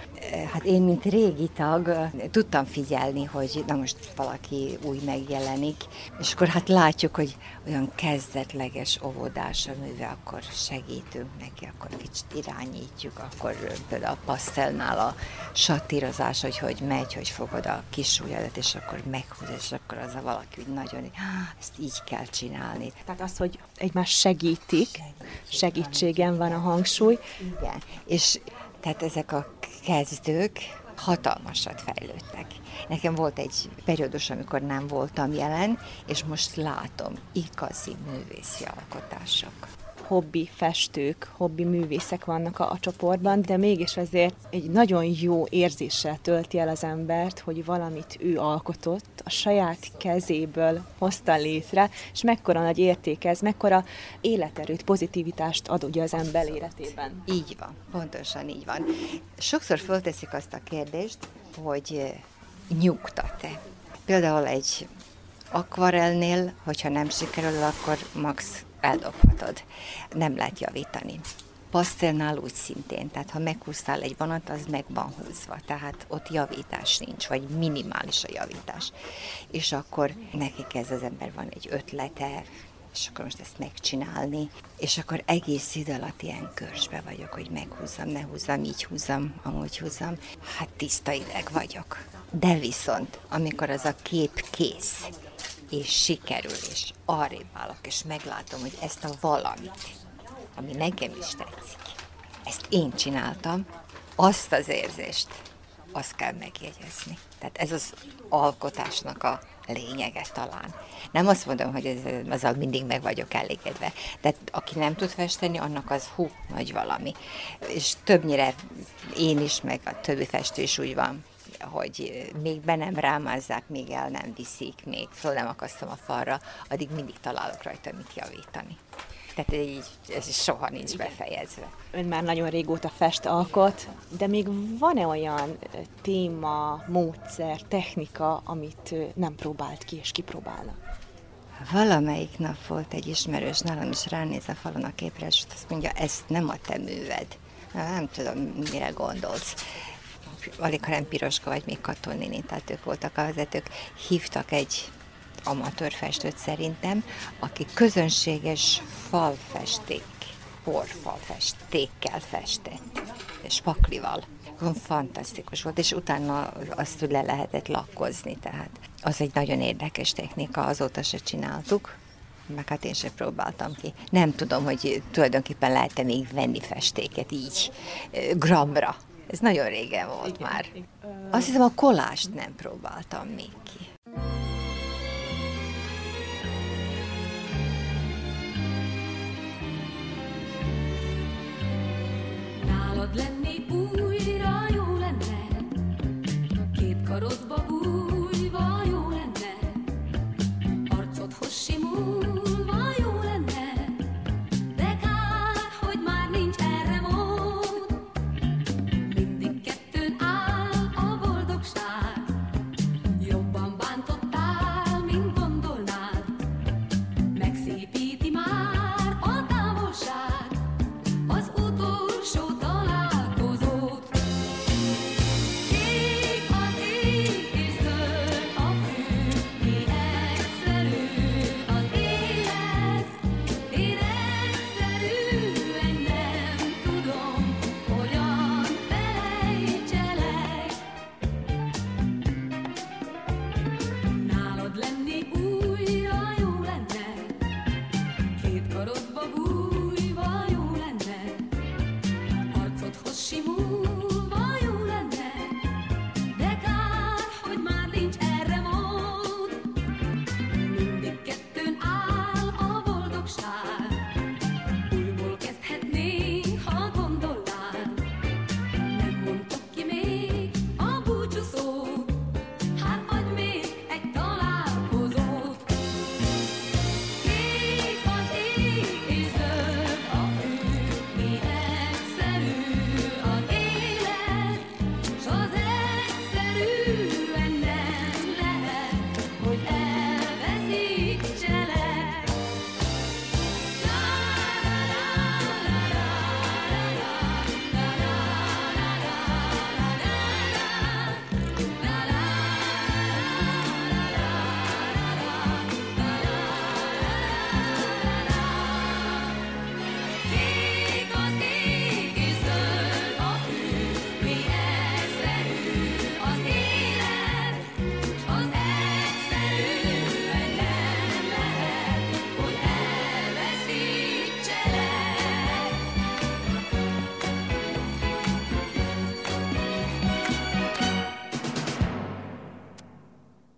Hát én, mint régi tag, tudtam figyelni, hogy na most valaki új megjelenik, és akkor hát látjuk, hogy olyan kezdetleges óvodás a műve, akkor segítünk neki, akkor kicsit irányítjuk, akkor például a pasztelnál a sattírozás, hogy megy, hogy fogod a kis ujjadat, és akkor meghúz, és akkor az a valaki úgy nagyon, ezt így kell csinálni. Tehát az, hogy egymást segítik, segítségen van a hangsúly. Igen, és tehát ezek a kezdők hatalmasat fejlődtek. Nekem volt egy periódus, amikor nem voltam jelen, és most látom igazi művészi alkotások. Hobbi festők, hobbi művészek vannak a csoportban, de mégis azért egy nagyon jó érzéssel tölti el az embert, hogy valamit ő alkotott, a saját kezéből hozta létre, és mekkora nagy érték ez, mekkora életerőt, pozitivitást ad ugye az ember életében. Így van, pontosan így van. Sokszor fölteszik azt a kérdést, hogy nyugtat-e. Például egy akvarellnél, hogyha nem sikerül, akkor max eldobhatod. Nem lehet javítani. Pasztelnál úgy szintén, tehát ha meghúztál egy vonat, az meg van húzva, tehát ott javítás nincs, vagy minimális a javítás. És akkor neki kezd az ember, van egy ötlete, és akkor most ezt megcsinálni, és akkor egész idő alatt ilyen körsbe vagyok, hogy meghúzzam, ne húzzam, így húzzam, amúgy húzzam. Hát tiszta ideg vagyok. De viszont, amikor az a kép kész, és sikerül, és arrébb állok, és meglátom, hogy ezt a valamit, ami nekem is tetszik, ezt én csináltam, azt az érzést, azt kell megjegyezni. Tehát ez az alkotásnak a lényege talán. Nem azt mondom, hogy azzal mindig meg vagyok elégedve. De aki nem tud festeni, annak az nagy valami. És többnyire én is, meg a többi festő is úgy van, hogy még be nem rámázzák, még el nem viszik, még föl nem akasztom a falra, addig mindig találok rajta mit javítani. Tehát így, ez soha nincs befejezve. Ön már nagyon régóta fest, alkot, de még van-e olyan téma, módszer, technika, amit nem próbált ki és kipróbálna? Valamelyik nap volt egy ismerős nálam, és ránéz a falon a képre, és azt mondja, ez nem a te műved. Nem tudom, mire gondolsz. Alig, ha nem Piroska, vagy még Katon néni, tehát ők voltak a vezetők, hívtak egy amatőr festőt szerintem, aki közönséges falfesték, porfalfestékkel festett, és paklival. Fantasztikus volt, és utána azt le lehetett lakkozni, tehát az egy nagyon érdekes technika, azóta se csináltuk, meg hát én sem próbáltam ki. Nem tudom, hogy tulajdonképpen lehet-e még venni festéket így gramra. Ez nagyon régen volt igen, már. Azt hiszem, a kolást nem próbáltam még ki. Nálad lenni újra jó lenne, két karodba bújva jó lenne, arcodhoz simul simul